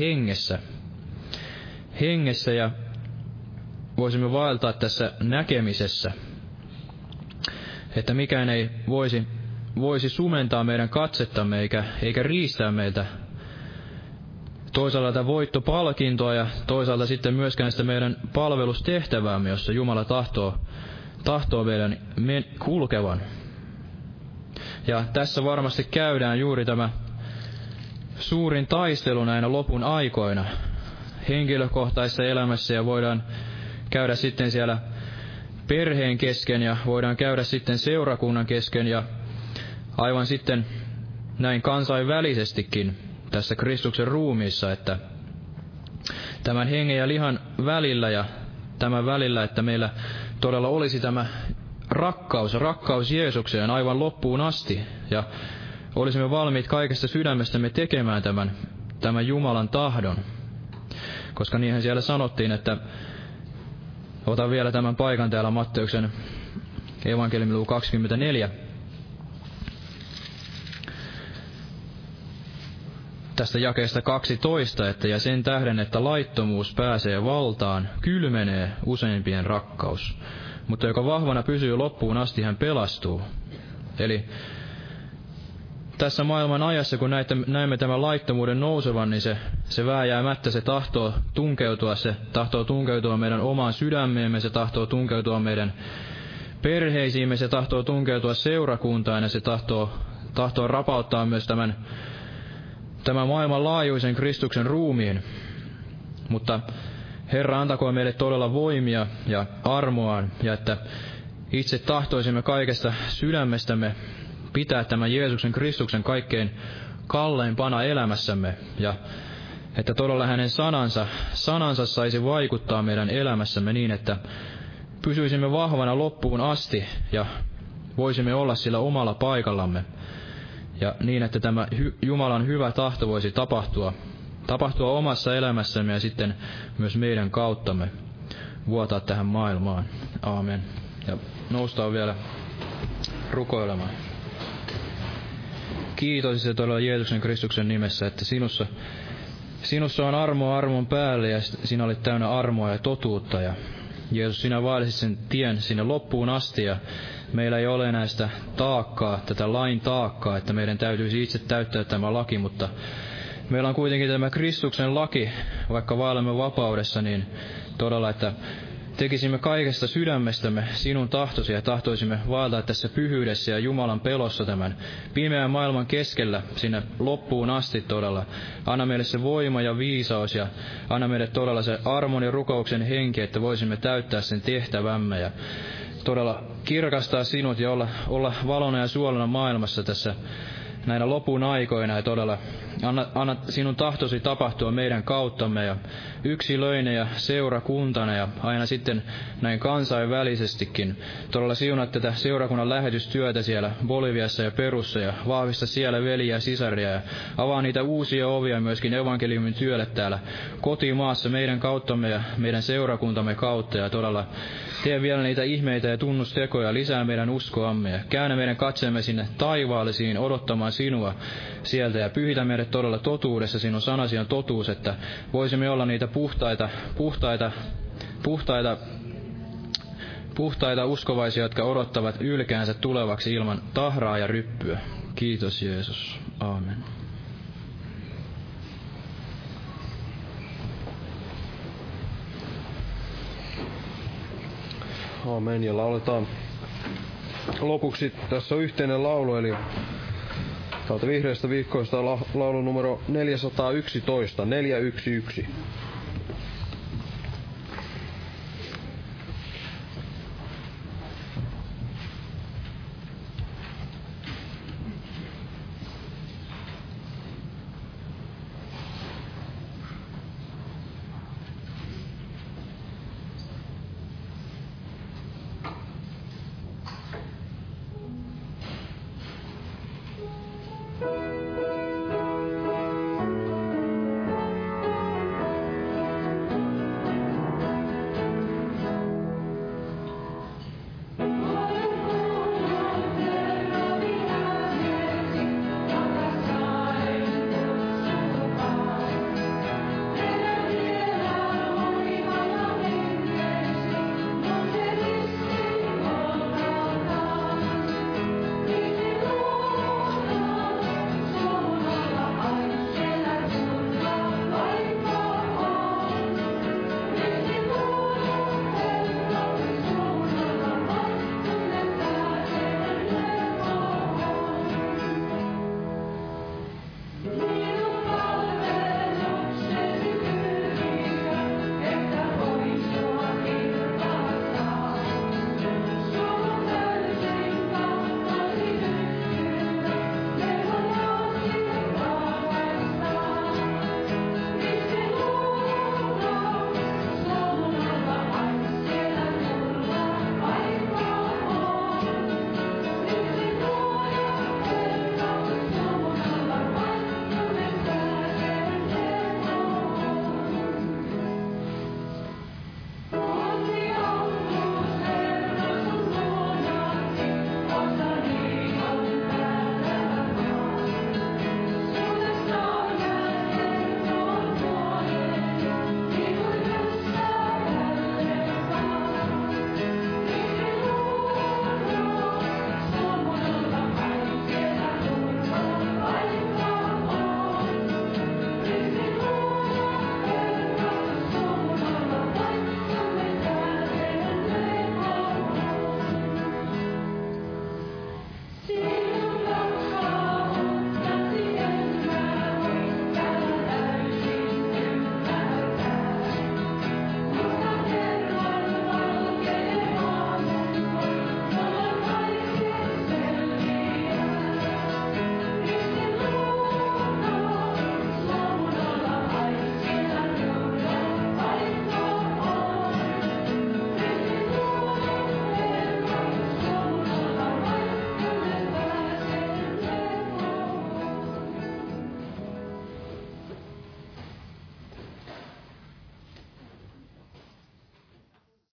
hengessä ja voisimme vaeltaa tässä näkemisessä, että mikään ei voisi sumentaa meidän katsettamme eikä riistää meiltä toisaalta voittopalkintoa ja toisaalta sitten myöskään sitä meidän palvelustehtäväämme, jossa Jumala tahtoo meidän kulkevan. Ja tässä varmasti käydään juuri tämä suurin taistelu näinä lopun aikoina henkilökohtaisessa elämässä, ja voidaan käydä sitten siellä perheen kesken ja voidaan käydä sitten seurakunnan kesken ja aivan sitten näin kansainvälisestikin tässä Kristuksen ruumiissa, että tämän hengen ja lihan välillä ja tämän välillä, että meillä todella olisi tämä rakkaus Jeesukseen aivan loppuun asti, ja olisimme valmiit kaikesta sydämestämme tekemään tämän Jumalan tahdon. Koska niinhän siellä sanottiin, että otan vielä tämän paikan täällä Matteuksen evankeliumin luku 24. Tästä jakeesta 12, että ja sen tähden, että laittomuus pääsee valtaan, kylmenee useimpien rakkaus. Mutta joka vahvana pysyy loppuun asti, hän pelastuu. Eli tässä maailman ajassa, kun näemme tämän laittomuuden nousevan, niin se vääjäämättä se tahtoo tunkeutua meidän omaan sydämeemme, se tahtoo tunkeutua meidän perheisiimme, se tahtoo tunkeutua seurakuntaan ja se tahtoo rapauttaa myös tämän maailmanlaajuisen Kristuksen ruumiin. Mutta Herra antakoon meille todella voimia ja armoaan, ja että itse tahtoisimme kaikesta sydämestämme pitää tämän Jeesuksen Kristuksen kaikkein kalleimpana elämässämme, ja että todella hänen sanansa saisi vaikuttaa meidän elämässämme niin, että pysyisimme vahvana loppuun asti ja voisimme olla sillä omalla paikallamme. Ja niin, että tämä Jumalan hyvä tahto voisi tapahtua omassa elämässämme ja sitten myös meidän kauttamme vuotaa tähän maailmaan. Aamen. Ja noustaan vielä rukoilemaan. Kiitos ja todella Jeesuksen Kristuksen nimessä, että sinussa on armoa armon päälle ja sinä olet täynnä armoa ja totuutta. Ja Jeesus, sinä vaalisit sen tien sinne loppuun asti ja meillä ei ole enää sitä taakkaa, tätä lain taakkaa, että meidän täytyisi itse täyttää tämä laki, mutta meillä on kuitenkin tämä Kristuksen laki, vaikka vaellemme vapaudessa, niin todella, että tekisimme kaikesta sydämestämme sinun tahtosi ja tahtoisimme vaeltaa tässä pyhyydessä ja Jumalan pelossa tämän pimeän maailman keskellä sinne loppuun asti todella. Anna meille se voima ja viisaus ja anna meille todella se armon ja rukouksen henki, että voisimme täyttää sen tehtävämme ja todella kirkastaa sinut ja olla valona ja suolana maailmassa tässä näinä lopun aikoina ja todella anna sinun tahtosi tapahtua meidän kauttamme ja yksilöinä ja seurakuntana ja aina sitten näin kansainvälisestikin. Todella siunat tätä seurakunnan lähetystyötä siellä Boliviassa ja Perussa ja vahvista siellä veliä ja sisaria ja avaa niitä uusia ovia myöskin evankeliumin työlle täällä kotimaassa meidän kauttamme ja meidän seurakuntamme kautta ja todella tee vielä niitä ihmeitä ja tunnustekoja, lisää meidän uskoamme ja käännä meidän katseemme sinne taivaallisiin odottamaan sinua sieltä ja pyhitä meidät todella totuudessa, sinun sanasi on totuus, että voisimme olla niitä puhtaita uskovaisia, jotka odottavat ylkäänsä tulevaksi ilman tahraa ja ryppyä. Kiitos Jeesus. Aamen. Aamen. Ja lauletaan lopuksi, tässä on yhteinen laulu, eli täältä Vihreistä viikkoista laulu numero 411, 411.